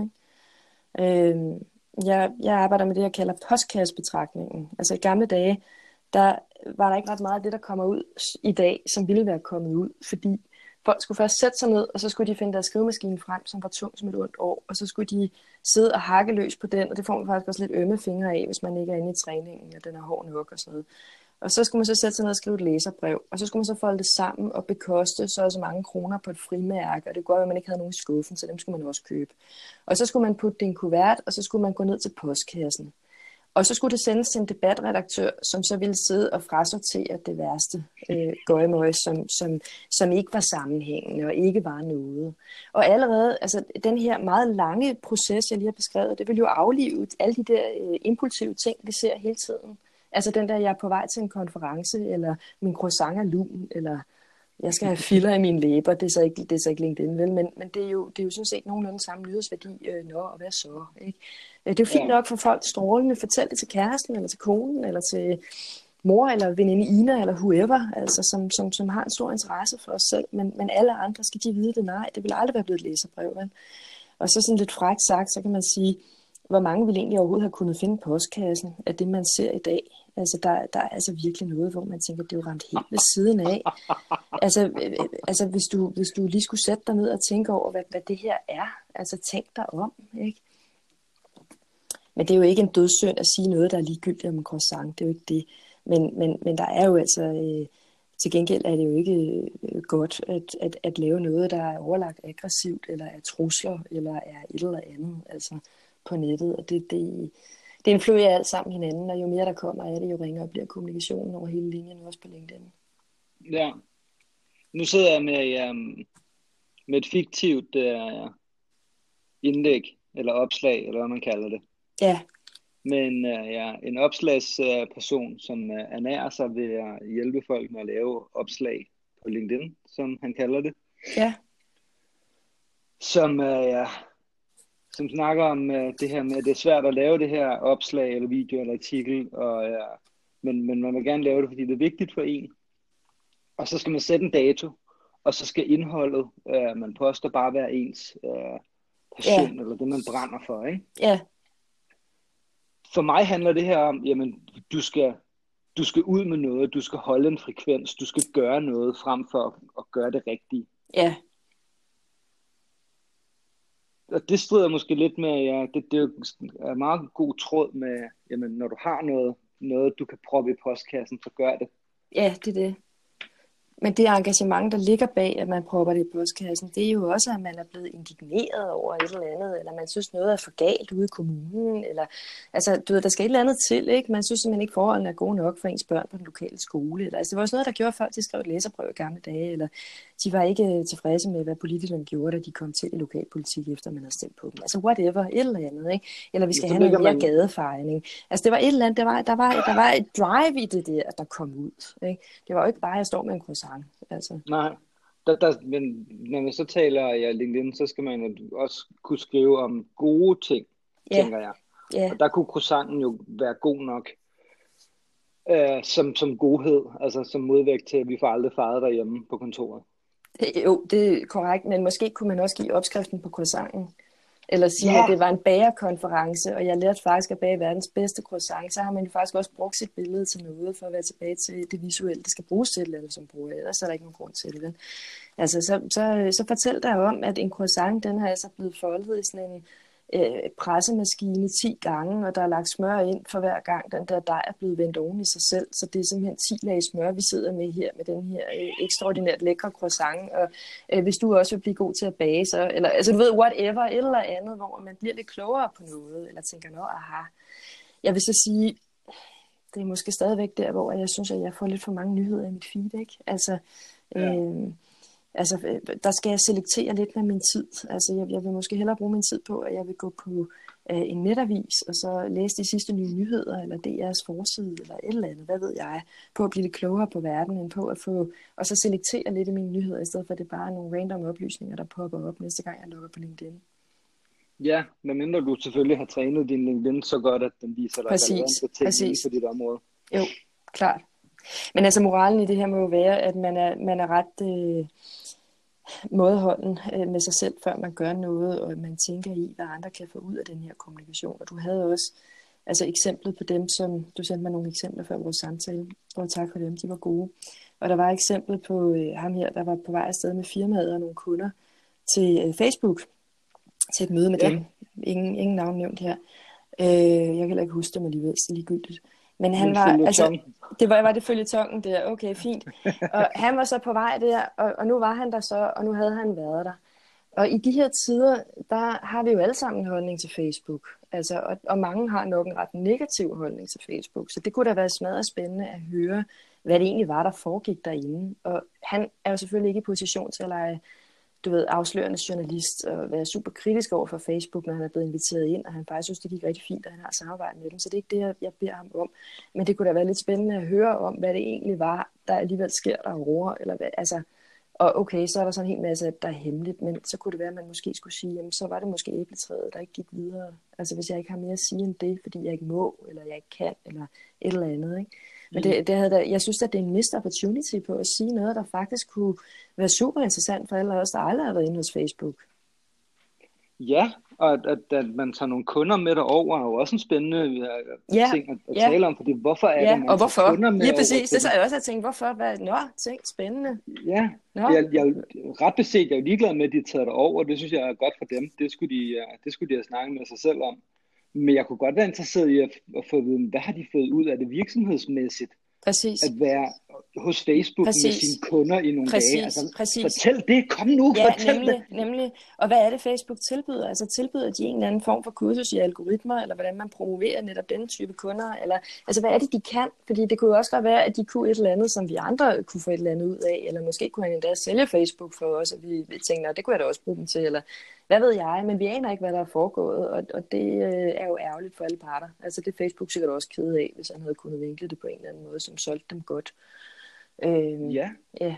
ikke? Jeg arbejder med det, jeg kalder postkassebetragtningen. Altså i gamle dage, der var der ikke ret meget af det, der kommer ud i dag, som ville være kommet ud, fordi folk skulle først sætte sig ned, og så skulle de finde deres skrivemaskine frem, som var tung som et ondt år, og så skulle de sidde og hakke løs på den, og det får man faktisk også lidt ømme fingre af, hvis man ikke er inde i træningen, og den er hård nok og sådan noget. Og så skulle man så sætte sig ned og skrive et læserbrev, og så skulle man så folde det sammen og bekoste så mange kroner på et frimærke, og det går, at man ikke havde nogen i skuffen, så dem skulle man også købe. Og så skulle man putte det i en kuvert, og så skulle man gå ned til postkassen. Og så skulle det sendes til en debatredaktør, som så ville sidde og frasortere det værste gøjmøg, som ikke var sammenhængende og ikke var noget. Og allerede, altså den her meget lange proces, jeg lige har beskrevet, det vil jo aflive alle de der impulsive ting, vi ser hele tiden. Altså den der, jeg er på vej til en konference, eller min croissant er lun, eller jeg skal have filler i mine læber, det er så ikke LinkedIn, vel? Men det er jo sådan set nogenlunde samme nyhedsværdi, og hvad så, ikke? Det er jo fint nok for folk strålende, fortæl det til kæresten, eller til konen, eller til mor, eller veninde Ina, eller whoever, altså som har en stor interesse for os selv, men alle andre, skal de vide det? Nej, det vil aldrig være blevet et læserbrev, vel? Og så sådan lidt frækt sagt, så kan man sige, hvor mange vil egentlig overhovedet have kunnet finde postkassen af det, man ser i dag. Altså, der er altså virkelig noget, hvor man tænker, at det er jo ramt helt ved siden af. Altså hvis du lige skulle sætte dig ned og tænke over, hvad det her er. Altså, tænk dig om, ikke? Men det er jo ikke en dødssynd at sige noget, der er ligegyldigt om en croissant. Det er jo ikke det. Men der er jo altså... Til gengæld er det jo ikke godt at lave noget, der er overlagt aggressivt, eller er trusler, eller er et eller andet, altså på nettet. Og det influerer alt sammen hinanden, og jo mere der kommer af det, jo ringere bliver kommunikationen over hele linjen, også på LinkedIn. Ja. Nu sidder jeg med et fiktivt indlæg, eller opslag, eller hvad man kalder det. Ja. Men en opslagsperson, som ernærer sig ved at hjælpe folk med at lave opslag på LinkedIn, som han kalder det. Ja. Som snakker om det her med, at det er svært at lave det her opslag, eller video, eller artikel, men man vil gerne lave det, fordi det er vigtigt for en. Og så skal man sætte en dato, og så skal indholdet, man poster, bare være ens passion, eller det man brænder for, ikke? Ja. For mig handler det her om, jamen, du skal ud med noget, du skal holde en frekvens, du skal gøre noget frem for at gøre det rigtige. Ja. Og det strider måske lidt med, det er jo meget god tråd med, jamen, når du har noget du kan proppe i postkassen, så gør det. Ja, det er det. Men det engagement, der ligger bag, at man propper det i postkassen, det er jo også, at man er blevet indigneret over et eller andet, eller man synes noget er for galt ude i kommunen, eller, altså, du ved, der skal et eller andet til, ikke? Man synes simpelthen ikke, forholdene er gode nok for ens børn på den lokale skole, eller, altså, det var også noget, der gjorde folk, de skrev et læserbrev i gamle dage, eller de var ikke tilfredse med, hvad politikerne gjorde, da de kom til i lokalpolitik, efter man havde stemt på dem. Altså, whatever, et eller andet, ikke? Eller vi skal have noget mere gadefejring. Altså, det var et eller andet, der var et drive i det der kom ud, ikke? Det var jo ikke bare, at jeg står med en croissant. Altså. Nej, men når man så taler LinkedIn, så skal man også kunne skrive om gode ting, tænker jeg. Og der kunne croissanten jo være god nok. som godhed, altså som modvægt til, at vi får aldrig fejret derhjemme på kontoret. Jo, det er korrekt, men måske kunne man også give opskriften på croissanten. Eller sige, Ja. at det var en bagerkonference, og jeg lærte faktisk at bage verdens bedste croissant. Så har man jo faktisk også brugt sit billede til noget, for at være tilbage til det visuelle. Det skal bruges til et eller andet, som bruger, ellers er der ikke nogen grund til det. Vel? Altså, så fortæl dig om, at en croissant, den har altså blevet foldet i sådan en pressemaskine 10 gange, og der er lagt smør ind for hver gang, den der dej er blevet vendt oven i sig selv. Så det er simpelthen 10 lag smør, vi sidder med her, med den her ekstraordinært lækre croissant. Og hvis du også vil blive god til at bage, så, eller altså du ved, whatever, et eller andet, hvor man bliver lidt klogere på noget, eller tænker, nå, aha. Jeg vil så sige, det er måske stadigvæk der, hvor jeg synes, at jeg får lidt for mange nyheder i mit feed, ikke? Altså, der skal jeg selektere lidt med min tid. Altså, jeg vil måske hellere bruge min tid på, at jeg vil gå på en netavis, og så læse de sidste nye nyheder, eller DR's forside, eller et eller andet, hvad ved jeg, på at blive lidt klogere på verden, end på at få, og så selektere lidt af mine nyheder, i stedet for at det bare er nogle random oplysninger, der popper op næste gang, jeg logger på LinkedIn. Ja, medmindre du selvfølgelig har trænet din LinkedIn så godt, at den viser dig relevante ting på dit område. Jo, klart. Men altså moralen i det her må jo være, at man er ret mådeholden med sig selv, før man gør noget, og man tænker i, hvad andre kan få ud af den her kommunikation. Og du havde også altså eksemplet på dem, som du sendte mig nogle eksempler før vores samtale, og tak for dem, de var gode. Og der var eksemplet på ham her, der var på vej afsted med firmaet og nogle kunder til Facebook, til et møde med dem. Ingen navn nævnt her. Jeg kan heller ikke huske dem alligevel, så ligegyldigt. Men han var, altså, det var det føljetongen der, okay, fint. Og han var så på vej der, og nu var han der så, og nu havde han været der. Og i de her tider, der har vi jo alle sammen en holdning til Facebook. Altså, og mange har nok en ret negativ holdning til Facebook. Så det kunne da være smadret spændende at høre, hvad det egentlig var, der foregik derinde. Og han er jo selvfølgelig ikke i position til at lege, du ved, afslørende journalist og være super kritisk over for Facebook, når han er blevet inviteret ind, og han faktisk synes, det gik rigtig fint, at han har samarbejdet med dem. Så det er ikke det, jeg beder ham om. Men det kunne da være lidt spændende at høre om, hvad det egentlig var, der alligevel sker derovre. Eller hvad, altså, og okay, så er der sådan en hel masse, der er hemmeligt, men så kunne det være, at man måske skulle sige, jamen så var det måske æbletræet, der ikke gik videre. Altså hvis jeg ikke har mere at sige end det, fordi jeg ikke må, eller jeg ikke kan, eller et eller andet, ikke? Men jeg synes, at det er en missed opportunity på at sige noget, der faktisk kunne være super interessant for alle os, der aldrig har været inde hos Facebook. Ja, og at man tager nogle kunder med derover, er jo også en spændende ting at tale om, fordi hvorfor er det, man tager kunder med lige præcis, det så jeg også har tænkt, hvorfor? Tænk, spændende. Ja, jeg ret beset, jeg er jo ligeglad med, at de tager derover, det synes jeg er godt for dem, det skulle de have snakket med sig selv om. Men jeg kunne godt være interesseret i at få at vide, hvad har de fået ud af det virksomhedsmæssigt? Præcis. At være hos Facebook med sine kunder i nogle dage. Altså, præcis. Fortæl det, kom nu, fortæl det. Nemlig. Og hvad er det, Facebook tilbyder? Altså tilbyder de en eller anden form for kursus i algoritmer, eller hvordan man promoverer netop den type kunder? Eller, altså hvad er det, de kan? Fordi det kunne jo også godt være, at de kunne et eller andet, som vi andre kunne få et eller andet ud af, eller måske kunne han endda sælge Facebook for os, og vi tænkte, det kunne jeg da også bruge dem til, eller hvad ved jeg, men vi aner ikke, hvad der er foregået, og det er jo ærgerligt for alle parter. Altså det er Facebook sikkert også ked af, hvis han havde kunnet vinkle det på en eller anden måde, som solgte dem godt. Ja.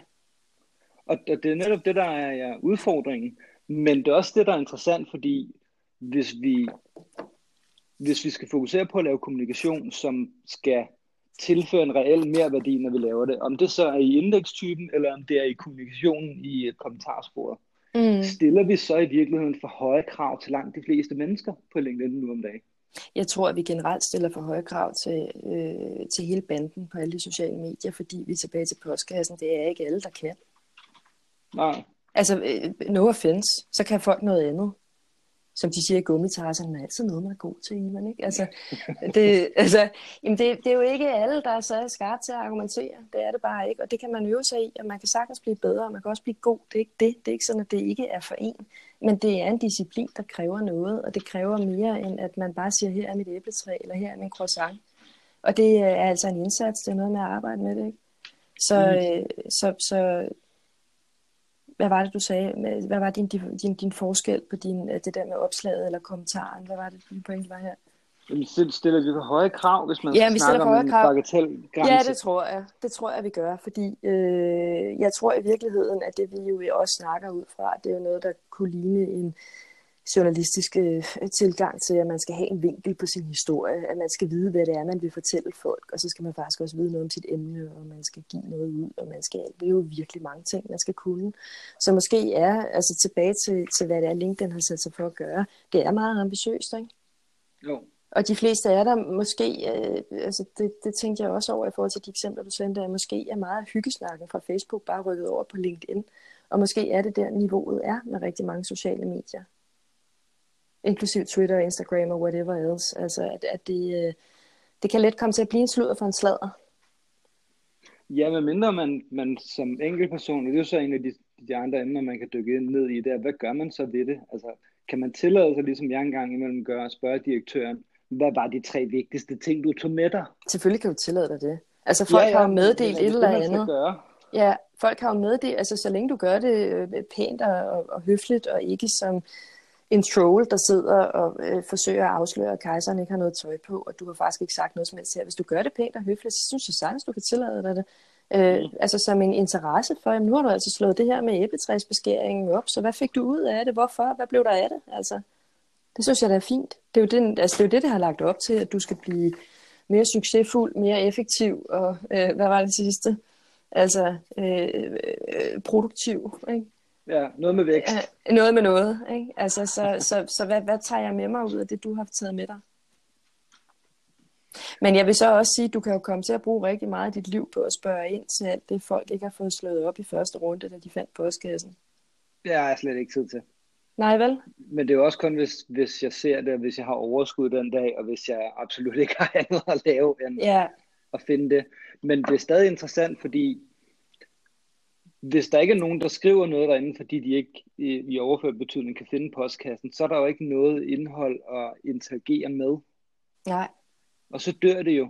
Og det er netop det, der er udfordringen. Men det er også det, der er interessant, fordi hvis vi skal fokusere på at lave kommunikation, som skal tilføre en reel merværdi, når vi laver det, om det så er i indekstypen, eller om det er i kommunikationen i kommentarsporet, stiller vi så i virkeligheden for høje krav til langt de fleste mennesker på LinkedIn nu om dagen? Jeg tror, at vi generelt stiller for høje krav til hele banden på alle de sociale medier, fordi vi er tilbage til postkassen. Det er ikke alle, der kan. Nej. Altså, no offense, så kan folk noget andet. Som de siger i gummitarserne, er altid noget, man er god til, Ivan, ikke? Altså, det er jo ikke alle, der er så skarpt til at argumentere. Det er det bare ikke, og det kan man øve sig i, og man kan sagtens blive bedre, og man kan også blive god. Det er ikke det. Det er ikke sådan, at det ikke er for en. Men det er en disciplin, der kræver noget, og det kræver mere, end at man bare siger, her er mit æbletræ, eller her er min croissant. Og det er altså en indsats, det er noget med at arbejde med det, ikke? Så hvad var det, du sagde? Hvad var din forskel på det der med opslaget eller kommentaren? Hvad var det, din pointe var her? Stiller vi for høje krav, hvis man snakker om en bagatelgrænse? Ja, det tror jeg, vi gør. Fordi jeg tror i virkeligheden, at det vi jo også snakker ud fra, det er jo noget, der kunne ligne journalistisk tilgang til, at man skal have en vinkel på sin historie, at man skal vide, hvad det er, man vil fortælle folk, og så skal man faktisk også vide noget om sit emne, og man skal give noget ud, og man skal, det er jo virkelig mange ting, man skal kunne. Så måske er, altså tilbage til hvad det er, LinkedIn har sat sig for at gøre, det er meget ambitiøst, ikke? Jo. Og de fleste er der måske, altså det tænkte jeg også over i forhold til de eksempler, du sendte, at måske er meget hyggesnakken fra Facebook bare rykket over på LinkedIn, og måske er det der niveauet er med rigtig mange sociale medier. Inklusiv Twitter, Instagram og whatever else. Altså, at det kan let komme til at blive en sludder for en sladder. Ja, medmindre man som enkeltperson, og det er jo så en af de andre emner, man kan dykke ned i det, hvad gør man så ved det? Altså, kan man tillade sig, ligesom jeg engang imellem gør, at spørge direktøren, hvad var de 3 vigtigste ting, du tog med dig? Selvfølgelig kan du tillade dig det. Altså, folk har jo meddelt et eller andet. Ja, folk har jo meddelt, altså så længe du gør det pænt og høfligt, og ikke som en troll, der sidder og forsøger at afsløre, at kejseren ikke har noget tøj på, og du har faktisk ikke sagt noget som helst her. Hvis du gør det pænt og høfligt, så synes jeg sagtens, du kan tillade dig det. Altså som en interesse for, jamen nu har du altså slået det her med æbletræsbeskæringen op, så hvad fik du ud af det? Hvorfor? Hvad blev der af det? Altså, det synes jeg, der er fint. Det er jo det har lagt op til, at du skal blive mere succesfuld, mere effektiv, og hvad var det sidste? Altså, produktiv, ikke? Ja, noget med vækst. Noget med noget, ikke? Altså, så hvad tager jeg med mig ud af det, du har taget med dig? Men jeg vil så også sige, at du kan jo komme til at bruge rigtig meget af dit liv på at spørge ind til alt det, folk ikke har fået slået op i første runde, da de fandt postkassen. Det har jeg slet ikke tid til. Nej, vel? Men det er jo også kun, hvis jeg ser det, hvis jeg har overskud den dag, og hvis jeg absolut ikke har andet at lave, end at finde det. Men det er stadig interessant, fordi hvis der ikke er nogen, der skriver noget derinde, fordi de ikke i overført betydning kan finde postkassen, så er der jo ikke noget indhold at interagere med. Nej. Og så dør det jo.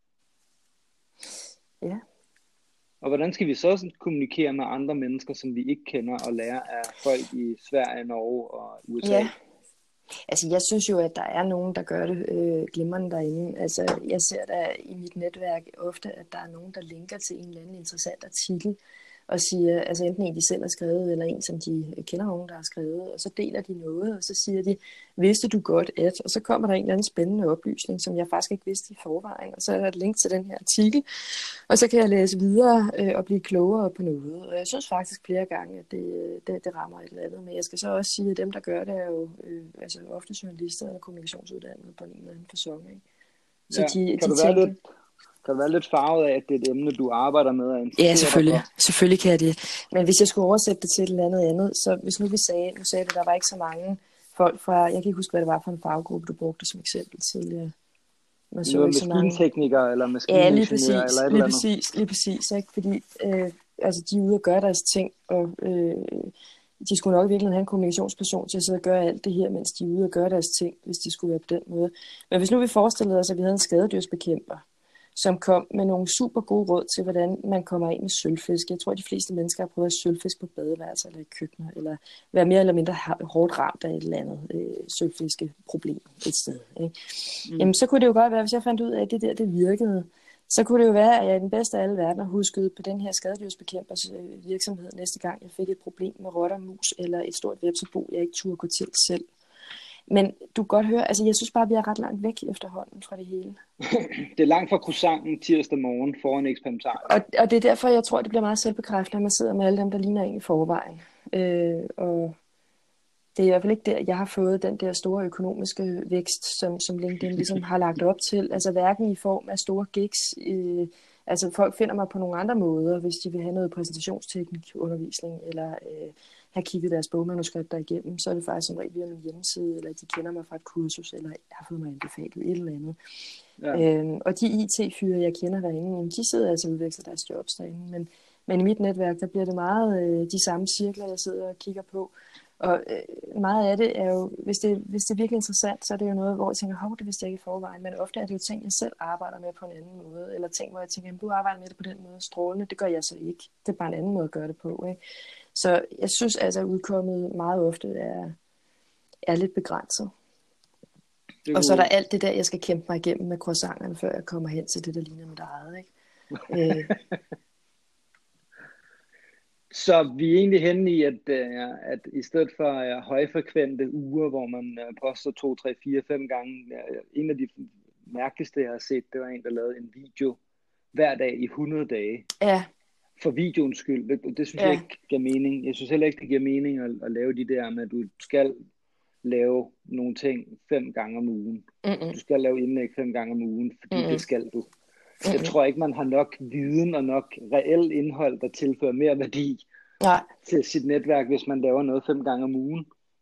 Ja. Og hvordan skal vi så kommunikere med andre mennesker, som vi ikke kender, og lære af folk i Sverige, Norge og USA? Ja. Altså, jeg synes jo, at der er nogen, der gør det glimrende derinde. Altså, jeg ser der i mit netværk ofte, at der er nogen, der linker til en eller anden interessant artikel, og siger, altså enten en, de selv har skrevet, eller en, som de kender nogen, der har skrevet, og så deler de noget, og så siger de, vidste du godt at, og så kommer der en eller anden spændende oplysning, som jeg faktisk ikke vidste i forvejen, og så er der et link til den her artikel, og så kan jeg læse videre og blive klogere på noget, og jeg synes faktisk flere gange, at det rammer et eller andet, men jeg skal så også sige, at dem, der gør det, er jo altså ofte journalister eller kommunikationsuddannede på en eller anden facon, ikke? Så ja, kan du være lidt farvet af, at det er et emne, du arbejder med? Ja, selvfølgelig. Selvfølgelig kan jeg det. Men hvis jeg skulle oversætte det til et eller andet, så hvis nu sagde du, der var ikke så mange folk fra, jeg kan ikke huske, hvad det var for en faggruppe, du brugte som eksempel tidligere. Man så ikke så mange. Maskinteknikere eller maskiningeniører eller et eller andet. Lige præcis. Ikke? Fordi altså, de er ude og gøre deres ting, og de skulle nok i virkeligheden have en kommunikationsperson til at sidde og gøre alt det her, mens de er ude og gøre deres ting, hvis de skulle være på den måde. Men hvis nu vi forestillede os, at vi havde en skadedyrsbekæmper, som kom med nogle super gode råd til, hvordan man kommer ind med sølvfisk. Jeg tror, at de fleste mennesker har prøvet at sølvfisk på badeværelser eller i køkkener, eller være mere eller mindre hårdt ramt af et eller andet sølvfiskeproblem et sted. Ikke? Jamen, så kunne det jo godt være, hvis jeg fandt ud af, at det virkede, så kunne det jo være, at jeg i den bedste af alle verdener huskede på den her skadedyrsbekæmpers virksomhed næste gang, jeg fik et problem med rotter, mus eller et stort vepsebo, jeg ikke turde gå til selv. Men du kan godt høre, altså jeg synes bare, vi er ret langt væk efterhånden fra det hele. Det er langt fra croissanten tirsdag morgen foran eksperimentariet. Og det er derfor, jeg tror, det bliver meget selvbekræftende, at man sidder med alle dem, der ligner en i forvejen. Og det er i hvert fald ikke der, jeg har fået den der store økonomiske vækst, som LinkedIn ligesom har lagt op til. Altså hverken i form af store gigs. Altså folk finder mig på nogle andre måder, hvis de vil have noget præsentationsteknik, undervisning, eller have kigget deres bogmanuskripter igennem, så er det faktisk som regel via min hjemmeside, eller de kender mig fra et kursus, eller jeg har fået mig anbefalet et eller andet. Ja. Og de IT-fyre, jeg kender derinde, de sidder altså og udveksler deres jobs derinde, men i mit netværk, der bliver det meget de samme cirkler, jeg sidder og kigger på. Og meget af det er jo, hvis det er virkelig interessant, så er det jo noget, hvor jeg tænker, det vidste jeg ikke i forvejen, men ofte er det jo ting, jeg selv arbejder med på en anden måde, eller ting, hvor jeg tænker, du arbejder med det på den måde, strålende, det gør jeg så ikke. Det er bare en anden måde at gøre det på, ikke? Så jeg synes altså, at udkommet meget ofte er lidt begrænset. Og så er der alt det der, jeg skal kæmpe mig igennem med croissanterne, før jeg kommer hen til det, der ligner mit eget, ikke? Så vi er egentlig henne i, at i stedet for højfrekvente uger, hvor man poster 2, 3, 4, 5 gange, en af de mærkeligste, jeg har set, det var en, der lavede en video hver dag i 100 dage. Ja. For videoens skyld. Det synes jeg ikke giver mening. Jeg synes heller ikke, det giver mening at lave de der med, at du skal lave nogle ting 5 gange om ugen. Du skal lave indlæg 5 gange om ugen, fordi det skal du. Jeg tror ikke, man har nok viden og nok reelt indhold, der tilfører mere værdi til sit netværk, hvis man laver noget 5 gange om ugen.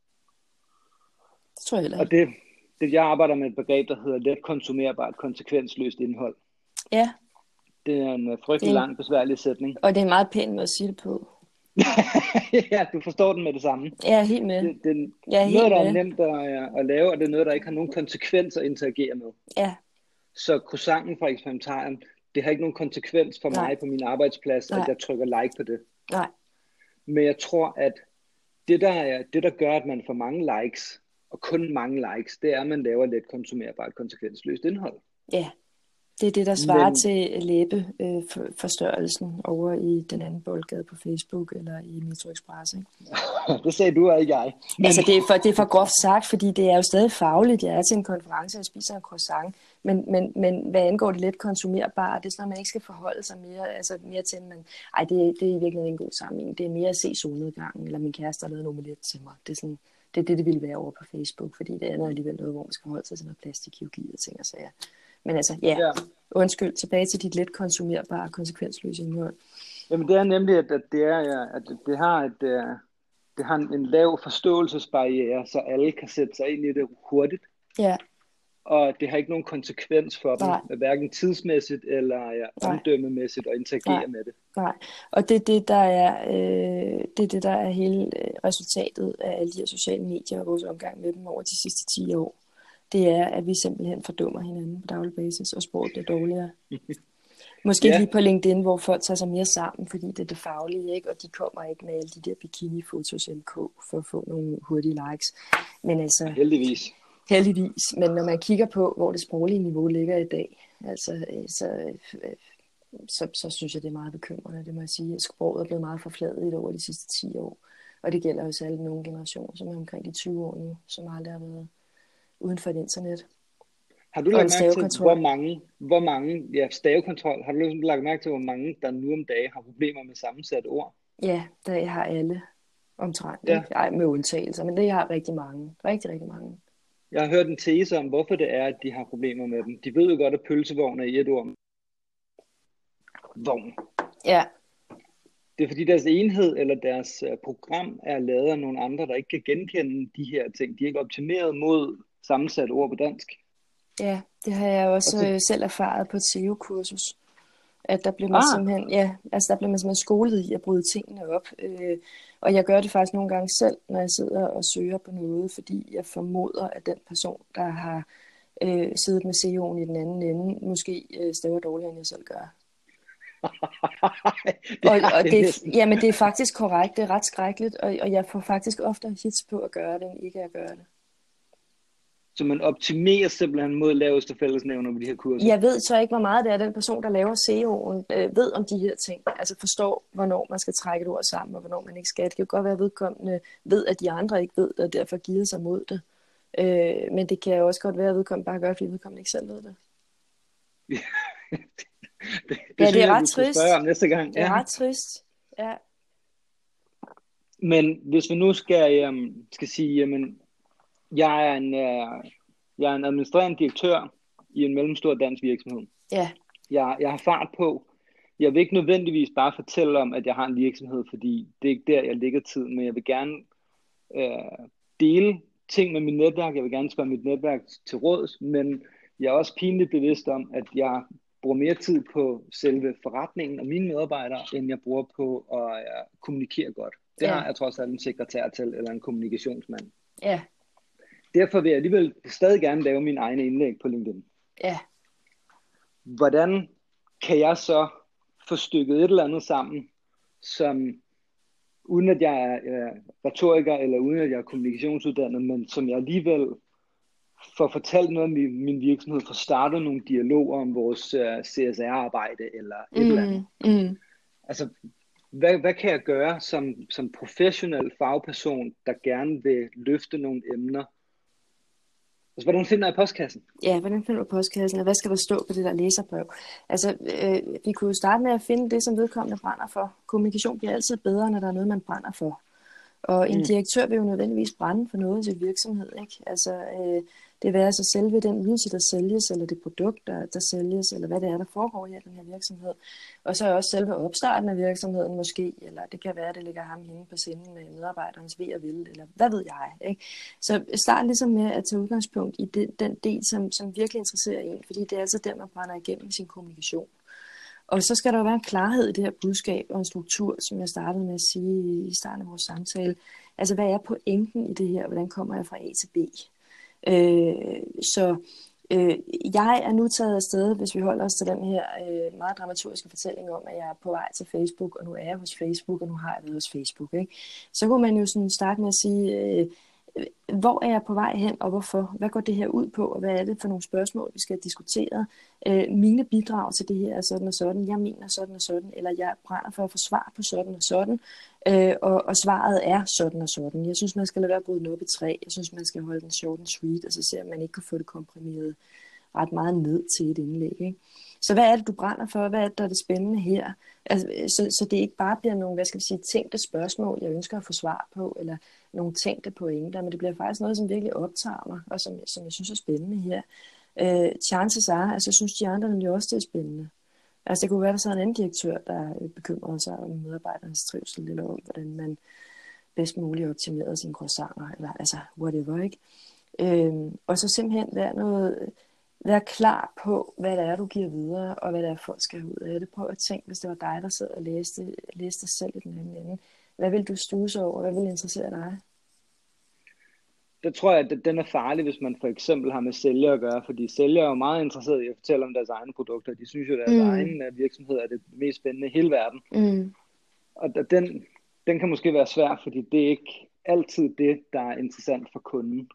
Det tror jeg heller ikke. Og det, jeg arbejder med et begreb, der hedder let konsumerbart, konsekvensløst indhold. Ja. Det er en frygtelig lang, besværlig sætning. Og det er en meget pæn måde at sige det på. Ja, du forstår den med det samme. Jeg er helt med. Det er noget, der er nemt at lave, og det er noget, der ikke har nogen konsekvenser at interagere med. Ja. Så croissanten fra eksperimentaren, det har ikke nogen konsekvens for mig på min arbejdsplads, at jeg trykker like på det. Nej. Men jeg tror, at det der gør, at man får mange likes, og kun mange likes, det er, at man laver let konsumerbart, konsekvensløst indhold. Ja. Det er det, der svarer til læbeforstørrelsen over i den anden boldgade på Facebook eller i Metro Express, ikke? Det sagde du og ikke jeg. Men... Altså det er for groft sagt, fordi det er jo stadig fagligt. Jeg er til en konference, og jeg spiser en croissant. Men hvad angår det let konsumerbare, det er sådan, at man ikke skal forholde sig mere til, men det er i virkeligheden en god sammenligning. Det er mere at se solnedgangen, eller min kæreste har lavet en omelet til mig. Det er det ville være over på Facebook, fordi det andet er alligevel noget, hvor man skal holde sig til noget plastikkirurgi og ting og sager. Men altså, undskyld, tilbage til dit let konsumerbare, konsekvensløse indhold. Jamen det er nemlig, at det har en lav forståelsesbarriere, så alle kan sætte sig ind i det hurtigt. Ja. Og det har ikke nogen konsekvens for dem, hverken tidsmæssigt eller omdømmemæssigt at interagere med det. Nej, og det er det, der er hele resultatet af alle de her sociale medier og vores omgang med dem over de sidste 10 år. Det er, at vi simpelthen fordummer hinanden på daglig basis, og sproget bliver dårligere. Måske lige på LinkedIn, hvor folk tager sig mere sammen, fordi det er det faglige, ikke? Og de kommer ikke med alle de der bikini-fotos MK for at få nogle hurtige likes. Men altså, heldigvis. Men når man kigger på, hvor det sproglige niveau ligger i dag, altså, så synes jeg, det er meget bekymrende, det må jeg sige. Sproget er blevet meget forfladet over de sidste 10 år. Og det gælder også alle nogle generationer, som er omkring de 20 år nu, som aldrig har været uden for et internet. Har du lagt mærke til, hvor mange stavekontrol, har du lagt mærke til, hvor mange, der nu om dagen har problemer med sammensatte ord? Ja, det har alle omtrent. Ja. Ej, med undtagelser, men det har rigtig mange. Rigtig, rigtig mange. Jeg har hørt en tese om, hvorfor det er, at de har problemer med dem. De ved jo godt, at pølsevogn er i et ord. Vogn. Ja. Det er fordi deres enhed eller deres program er lavet af nogle andre, der ikke kan genkende de her ting. De er ikke optimeret mod sammensatte ord på dansk. Ja, det har jeg også selv erfaret på et SEO-kursus. At der blev man simpelthen skolet i at bryde tingene op. Og jeg gør det faktisk nogle gange selv, når jeg sidder og søger på noget, fordi jeg formoder, at den person, der har siddet med SEO'en i den anden ende, måske staver dårligere, end jeg selv gør. Det er faktisk korrekt, det er ret skrækkeligt, og jeg får faktisk ofte hits på at gøre det, end ikke at gøre det. Så man optimerer simpelthen mod laveste fællesnævner på de her kurser? Jeg ved så ikke, hvor meget det er, den person, der laver SEO'en, ved om de her ting. Altså forstår, hvornår man skal trække et ord sammen, og hvornår man ikke skal. Det kan jo godt være, at vedkommende ved, at de andre ikke ved det, og derfor giver sig mod det. Men det kan jo også godt være, at vedkommende bare gør det, fordi vedkommende ikke selv ved det. Det er ret trist. Næste gang. Det er ret trist, ja. Men hvis vi nu skal sige, jamen, jeg er en administrerende direktør i en mellemstor dansk virksomhed. Ja. Jeg har fart på. Jeg vil ikke nødvendigvis bare fortælle om, at jeg har en virksomhed, fordi det er ikke der, jeg ligger tiden, men jeg vil gerne dele ting med mit netværk. Jeg vil gerne spørge mit netværk til råds, men jeg er også pinligt bevidst om, at jeg bruger mere tid på selve forretningen og mine medarbejdere, end jeg bruger på at kommunikere godt. Det har jeg trods alt en sekretær til, eller en kommunikationsmand. Ja. Derfor vil jeg alligevel stadig gerne lave mine egne indlæg på LinkedIn. Ja. Hvordan kan jeg så få stykket et eller andet sammen, som uden at jeg er retoriker, eller uden at jeg er kommunikationsuddannet, men som jeg alligevel får fortalt noget om min virksomhed, får startet nogle dialoger om vores CSR-arbejde, eller et eller andet. Altså, hvad kan jeg gøre som professionel fagperson, der gerne vil løfte nogle emner? Altså, hvordan finder jeg postkassen? Ja, hvordan finder du postkassen, og hvad skal der stå på det der læserbrev? Altså, vi kunne jo starte med at finde det, som vedkommende brænder for. Kommunikation bliver altid bedre, når der er noget, man brænder for. Og en direktør vil jo nødvendigvis brænde for noget til virksomhed, ikke? Altså, det vil altså selve den ydelse, der sælges, eller det produkt, der sælges, eller hvad det er, der foregår i den her virksomhed. Og så også selve opstarten af virksomheden måske, eller det kan være, at det ligger ham henne på scenen med medarbejderens ved og vil, eller hvad ved jeg, ikke? Så start ligesom med at tage udgangspunkt i den del, som virkelig interesserer en, fordi det er altså der, man brænder igennem sin kommunikation. Og så skal der jo være en klarhed i det her budskab og en struktur, som jeg startede med at sige i starten af vores samtale. Altså, hvad er pointen i det her? Hvordan kommer jeg fra A til B? Jeg er nu taget afsted, hvis vi holder os til den her meget dramaturgiske fortælling om, at jeg er på vej til Facebook, og nu er jeg hos Facebook, og nu har jeg været hos Facebook, ikke? Så kunne man jo sådan starte med at sige, hvor er jeg på vej hen, og hvorfor? Hvad går det her ud på, og hvad er det for nogle spørgsmål, vi skal diskutere? Mine bidrag til det her er sådan og sådan, jeg mener sådan og sådan, eller jeg brænder for at få svar på sådan og sådan, og svaret er sådan og sådan. Jeg synes, man skal lade være at bryde den op i 3. Jeg synes, man skal holde den short and sweet, og så ser man ikke kan få det komprimeret ret meget ned til et indlæg, ikke? Så hvad er det, du brænder for? Hvad er det, der er det spændende her? Altså, så det ikke bare bliver nogle, hvad skal vi sige, tænkte spørgsmål, jeg ønsker at få svar på, eller nogle tænkte pointer, men det bliver faktisk noget, som virkelig optager mig, og som jeg synes er spændende her. Chances er, altså jeg synes, de andre jo også det er spændende. Altså det kunne være, der så en anden direktør, der bekymrede sig om medarbejdernes trivsel, eller om, hvordan man bedst muligt optimerede sine croissanter, eller altså whatever, ikke? Og så simpelthen være klar på, hvad det er, du giver videre, og hvad det er, folk skal have ud af det. Prøv at tænke, hvis det var dig, der sad og læste selv i den anden ende. Hvad vil du studse over? Hvad vil interessere dig? Der tror jeg, at den er farlig, hvis man for eksempel har med sælgere at gøre, fordi sælgere er jo meget interesserede i at fortælle om deres egne produkter. De synes jo, at deres egen virksomhed er det mest spændende i hele verden. Og den kan måske være svær, fordi det er ikke altid det, der er interessant for kunden.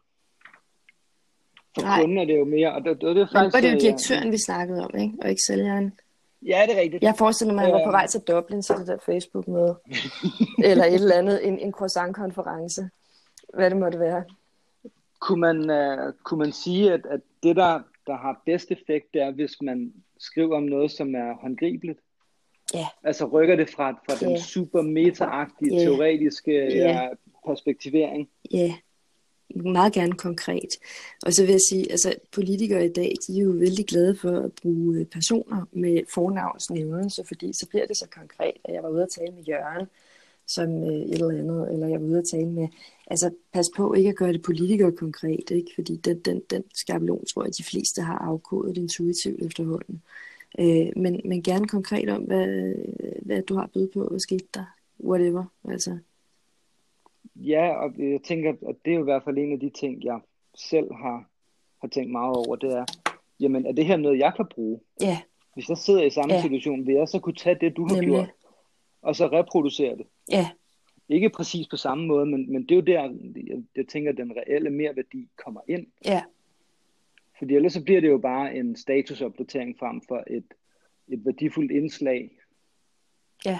For kunden er det jo mere... Og det er faktisk, men var det jo direktøren, vi snakkede om, ikke? Og ikke sælgeren. Ja, det er rigtigt. Jeg forestiller mig, at jeg var på vej til Dublin til det der Facebook-møde. Eller et eller andet, en croissant-konference. Hvad det måtte være. Kunne man sige, at det, der har bedst effekt, det er, hvis man skriver om noget, som er håndgribeligt? Ja. Altså rykker det fra den super meta-agtige, teoretiske perspektivering? Ja, meget gerne konkret. Og så vil jeg sige, altså politikere i dag, de er jo vældig glade for at bruge personer med fornavnsnævnelse, fordi så bliver det så konkret, at jeg var ude at tale med Jørgen, som et eller andet, eller jeg var ude at tale med, altså pas på ikke at gøre det politikere konkret, ikke? Fordi den skabelon, tror jeg, de fleste har afkodet intuitivt efterhånden. Men gerne konkret om, hvad du har at byde på, hvad skete der, whatever, altså. Ja, og jeg tænker, at det er jo i hvert fald en af de ting, jeg selv har tænkt meget over, det er, jamen er det her noget, jeg kan bruge? Ja. Hvis jeg sidder i samme situation, vil jeg så kunne tage det, du har gjort, og så reproducere det? Ja. Ikke præcis på samme måde, men det er jo der, jeg tænker, at den reelle merværdi kommer ind. Ja. Fordi ellers så bliver det jo bare en statusopdatering frem for et værdifuldt indslag. Ja.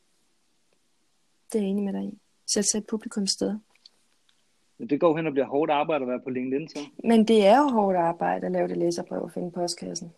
Det er jeg enig med dig i. Sæt sig et publikumssted. Det går hen og bliver hårdt arbejde at være på LinkedIn så. Men det er jo hårdt arbejde at lave det læserbrev og finde postkassen.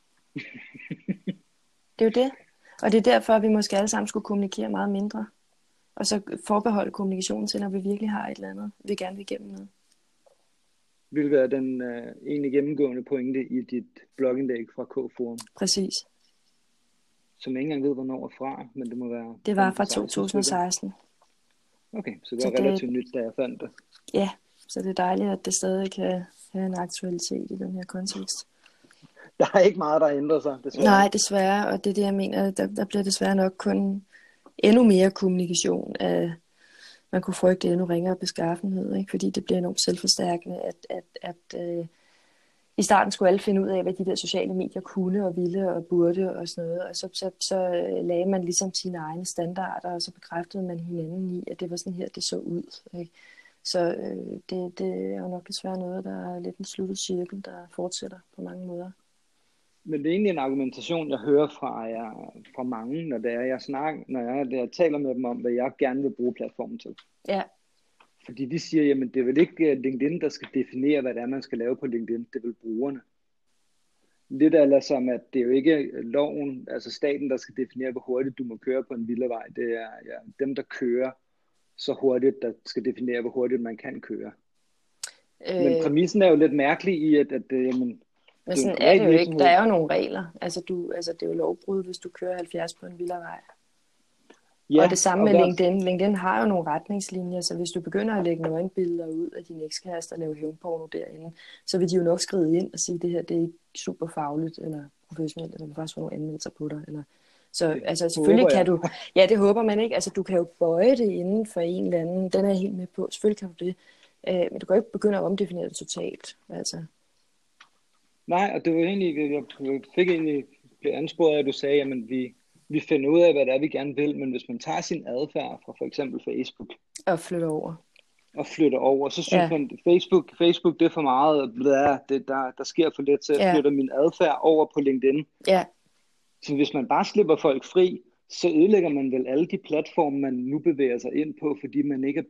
Det er jo det. Og det er derfor, at vi måske alle sammen skulle kommunikere meget mindre. Og så forbeholde kommunikationen til, når vi virkelig har et eller andet, vi gerne vil igennem noget. Hvilket er den egentlig gennemgående pointe i dit blogindlæg fra K-Forum. Præcis. Som jeg ikke engang ved, hvornår er fra, men det må være... Det var fra 2016. Okay, så det var relativt nyt, da jeg fandt det. Ja, så det er dejligt, at det stadig kan have en aktualitet i den her kontekst. Der er ikke meget, der ændrer sig, desværre. Nej, desværre, og det er det, jeg mener, der bliver desværre nok kun endnu mere kommunikation af, man kunne frygte endnu ringere beskaffenhed, ikke? Fordi det bliver enormt selvforstærkende, at i starten skulle alle finde ud af, hvad de der sociale medier kunne og ville og burde og sådan noget, og så lagde man ligesom sine egne standarder, og så bekræftede man hinanden i, at det var sådan her, det så ud, ikke? Så det er jo nok desværre noget, der er lidt en sluttet cirkel, der fortsætter på mange måder. Men det er egentlig en argumentation, jeg hører fra mange, når jeg taler med dem om, hvad jeg gerne vil bruge platformen til. Ja. Fordi de siger, jamen det er vel ikke LinkedIn, der skal definere, hvad det er, man skal lave på LinkedIn. Det er vel brugerne. Lidt eller som, at det er jo ikke loven, altså staten, der skal definere, hvor hurtigt du må køre på en villavej. Det er dem, der kører så hurtigt, der skal definere, hvor hurtigt man kan køre. Men præmissen er jo lidt mærkelig i, at jamen, men sådan er det jo ikke. Der er jo nogle regler. Altså det er jo lovbrud, hvis du kører 70 på en villavej. Ja, og det samme med LinkedIn. LinkedIn har jo nogle retningslinjer, så hvis du begynder at lægge nøgenbilleder ud af din ekskæreste og lave hævnporno derinde, så vil de jo nok skride ind og sige, at det her det er ikke super fagligt eller professionelt, eller du faktisk få nogle anmeldelser på dig. Eller... Så det altså selvfølgelig kan du... Ja, det håber man ikke. Altså du kan jo bøje det inden for en eller anden. Den er jeg helt med på. Selvfølgelig kan du det. Men du kan jo ikke begynde at omdefinere det totalt. Altså. Nej, og det var egentlig... Jeg fik egentlig ansporet af, at du sagde, jamen vi finder ud af, hvad det er, vi gerne vil, men hvis man tager sin adfærd fra for eksempel Facebook og flytter over, så synes man, Facebook det er for meget, der sker for lidt, så jeg flytter min adfærd over på LinkedIn. Ja. Så hvis man bare slipper folk fri, så ødelægger man vel alle de platforme, man nu bevæger sig ind på, fordi man ikke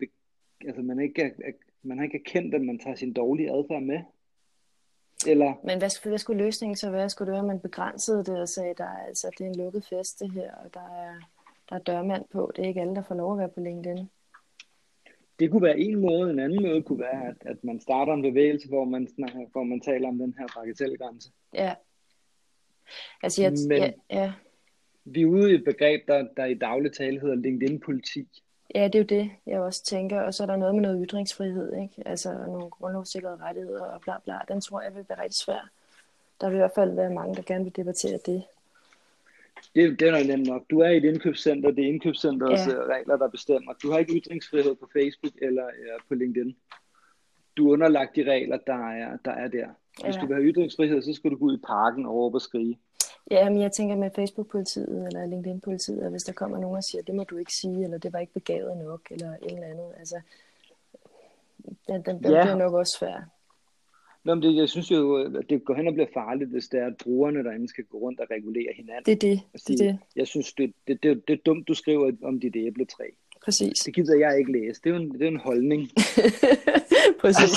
man har ikke erkendt, at man tager sin dårlige adfærd med. Eller... Men hvad skulle løsningen så være? Skulle det være, at man begrænsede det og sagde, at det er en lukket fest det her, og der er dørmand på. Det er ikke alle, der får lov at være på LinkedIn. Det kunne være en måde. En anden måde kunne være, at man starter en bevægelse, hvor man taler om den her bagatelgrænse. Ja. Altså, vi er ude i et begreb, der i daglig tale hedder LinkedIn-politi. Ja, det er jo det, jeg også tænker. Og så er der noget med noget ytringsfrihed, ikke? Altså nogle grundlovssikrede rettigheder og bla bla. Den tror jeg vil være rigtig svær. Der vil i hvert fald være mange, der gerne vil debattere det. Det er nemt nok. Du er i et indkøbscenter. Det er indkøbscenterets regler, der bestemmer. Du har ikke ytringsfrihed på Facebook eller på LinkedIn. Du er underlagt de regler, der er der. Hvis du vil have ytringsfrihed, så skal du gå ud i parken og råbe og skrige. Ja, men jeg tænker med Facebook-politiet eller LinkedIn-politiet, at hvis der kommer nogen og siger, det må du ikke sige, eller det var ikke begavet nok, eller et eller andet, altså, den bliver nok også svær. Nå, men jeg synes jo, at det går hen og bliver farligt, hvis det er, at brugerne derinde skal gå rundt og regulere hinanden. Det er det. Jeg synes, det er dumt, du skriver om dit æbletræ. Præcis. Det gider jeg ikke læse. Det er en holdning. Præcis.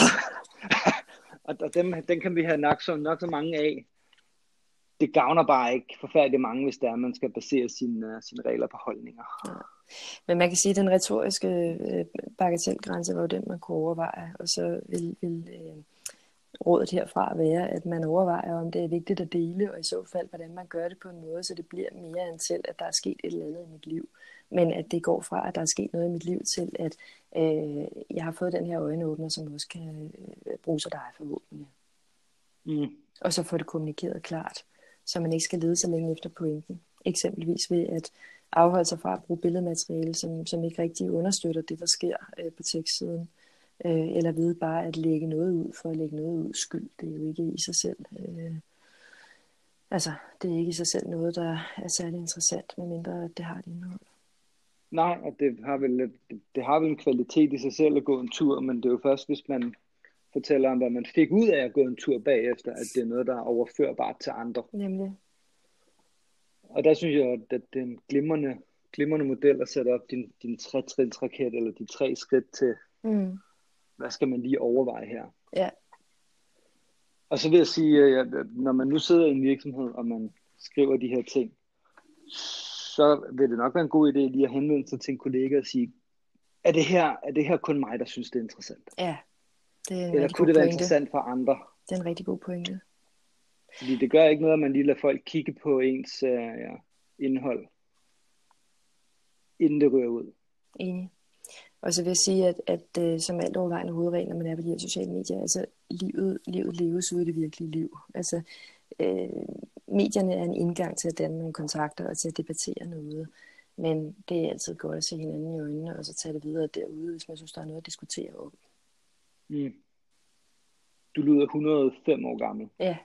Og den kan vi have nok så mange af. Det gavner bare ikke forfærdeligt mange, hvis det er, at man skal basere sine regler på holdninger. Ja. Men man kan sige, at den retoriske bagatelgrænse var jo den, man kunne overveje. Og så vil rådet herfra være, at man overvejer, om det er vigtigt at dele, og i så fald, hvordan man gør det på en måde, så det bliver mere end til, at der er sket et eller andet i mit liv. Men at det går fra, at der er sket noget i mit liv, til at jeg har fået den her øjenåbner, som også kan bruges af dig forhåbentlig. Og så få det kommunikeret klart, så man ikke skal lede så længe efter pointen. Eksempelvis ved at afholde sig fra at bruge billedmateriale, som ikke rigtig understøtter det, der sker på tekstsiden. Eller ved bare at lægge noget ud for at lægge noget ud skyld. Det er jo ikke i sig selv. Det er ikke i sig selv noget, der er særlig interessant, medmindre det har et indhold. Nej, og det har vel en kvalitet i sig selv at gå en tur, men det er jo først, hvis man fortæller om, hvad man fik ud af at gå en tur bagefter, at det er noget, der er overførbart til andre. Nemlig. Og der synes jeg, at det er en glimrende model at sætte op din 3-trins-raket, eller de 3 skridt til, hvad skal man lige overveje her? Ja. Og så vil jeg sige, at når man nu sidder i en virksomhed, og man skriver de her ting, så vil det nok være en god idé lige at henvende sig til en kollega og sige, er det her kun mig, der synes, det er interessant? Ja, det er en eller kunne det være interessant for andre? Det er en rigtig god pointe. Fordi det gør ikke noget, at man lige lader folk kigge på ens indhold, inden det rører ud. Enig. Og så vil jeg sige, at som alt overvejende hovedregel, når man er på de her sociale medier, altså livet leves ude i det virkelige liv. Altså medierne er en indgang til at danne nogle kontakter og til at debattere noget. Men det er altid godt at se hinanden i øjnene, og så tage det videre derude, hvis man synes, der er noget at diskutere om. Du lyder 105 år gammel. Ja.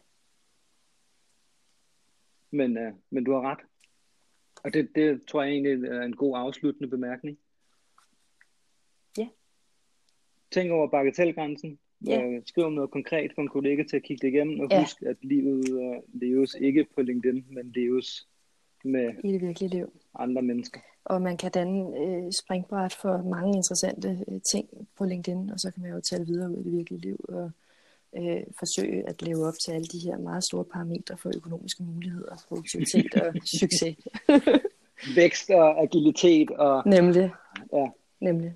Men du har ret. Og det tror jeg egentlig er en god afsluttende bemærkning. Ja. Tænk over bagatelgrænsen. Ja. Skriv om noget konkret for en kollega til at kigge det igennem, og husk, at livet leves leves ikke på LinkedIn, men leves med i det virkelige liv. andre mennesker. Og man kan danne springbræt for mange interessante ting på LinkedIn, og så kan man jo tale videre ud i det virkelige liv og forsøge at leve op til alle de her meget store parametre for økonomiske muligheder, produktivitet og succes. Vækst og agilitet. Og, Nemlig. ja. Nemlig.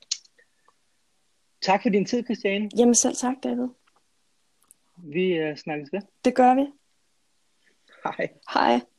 Tak for din tid, Christiane. Jamen selv tak, David. Vi snakkes ved. Det gør vi. Hej. Hej.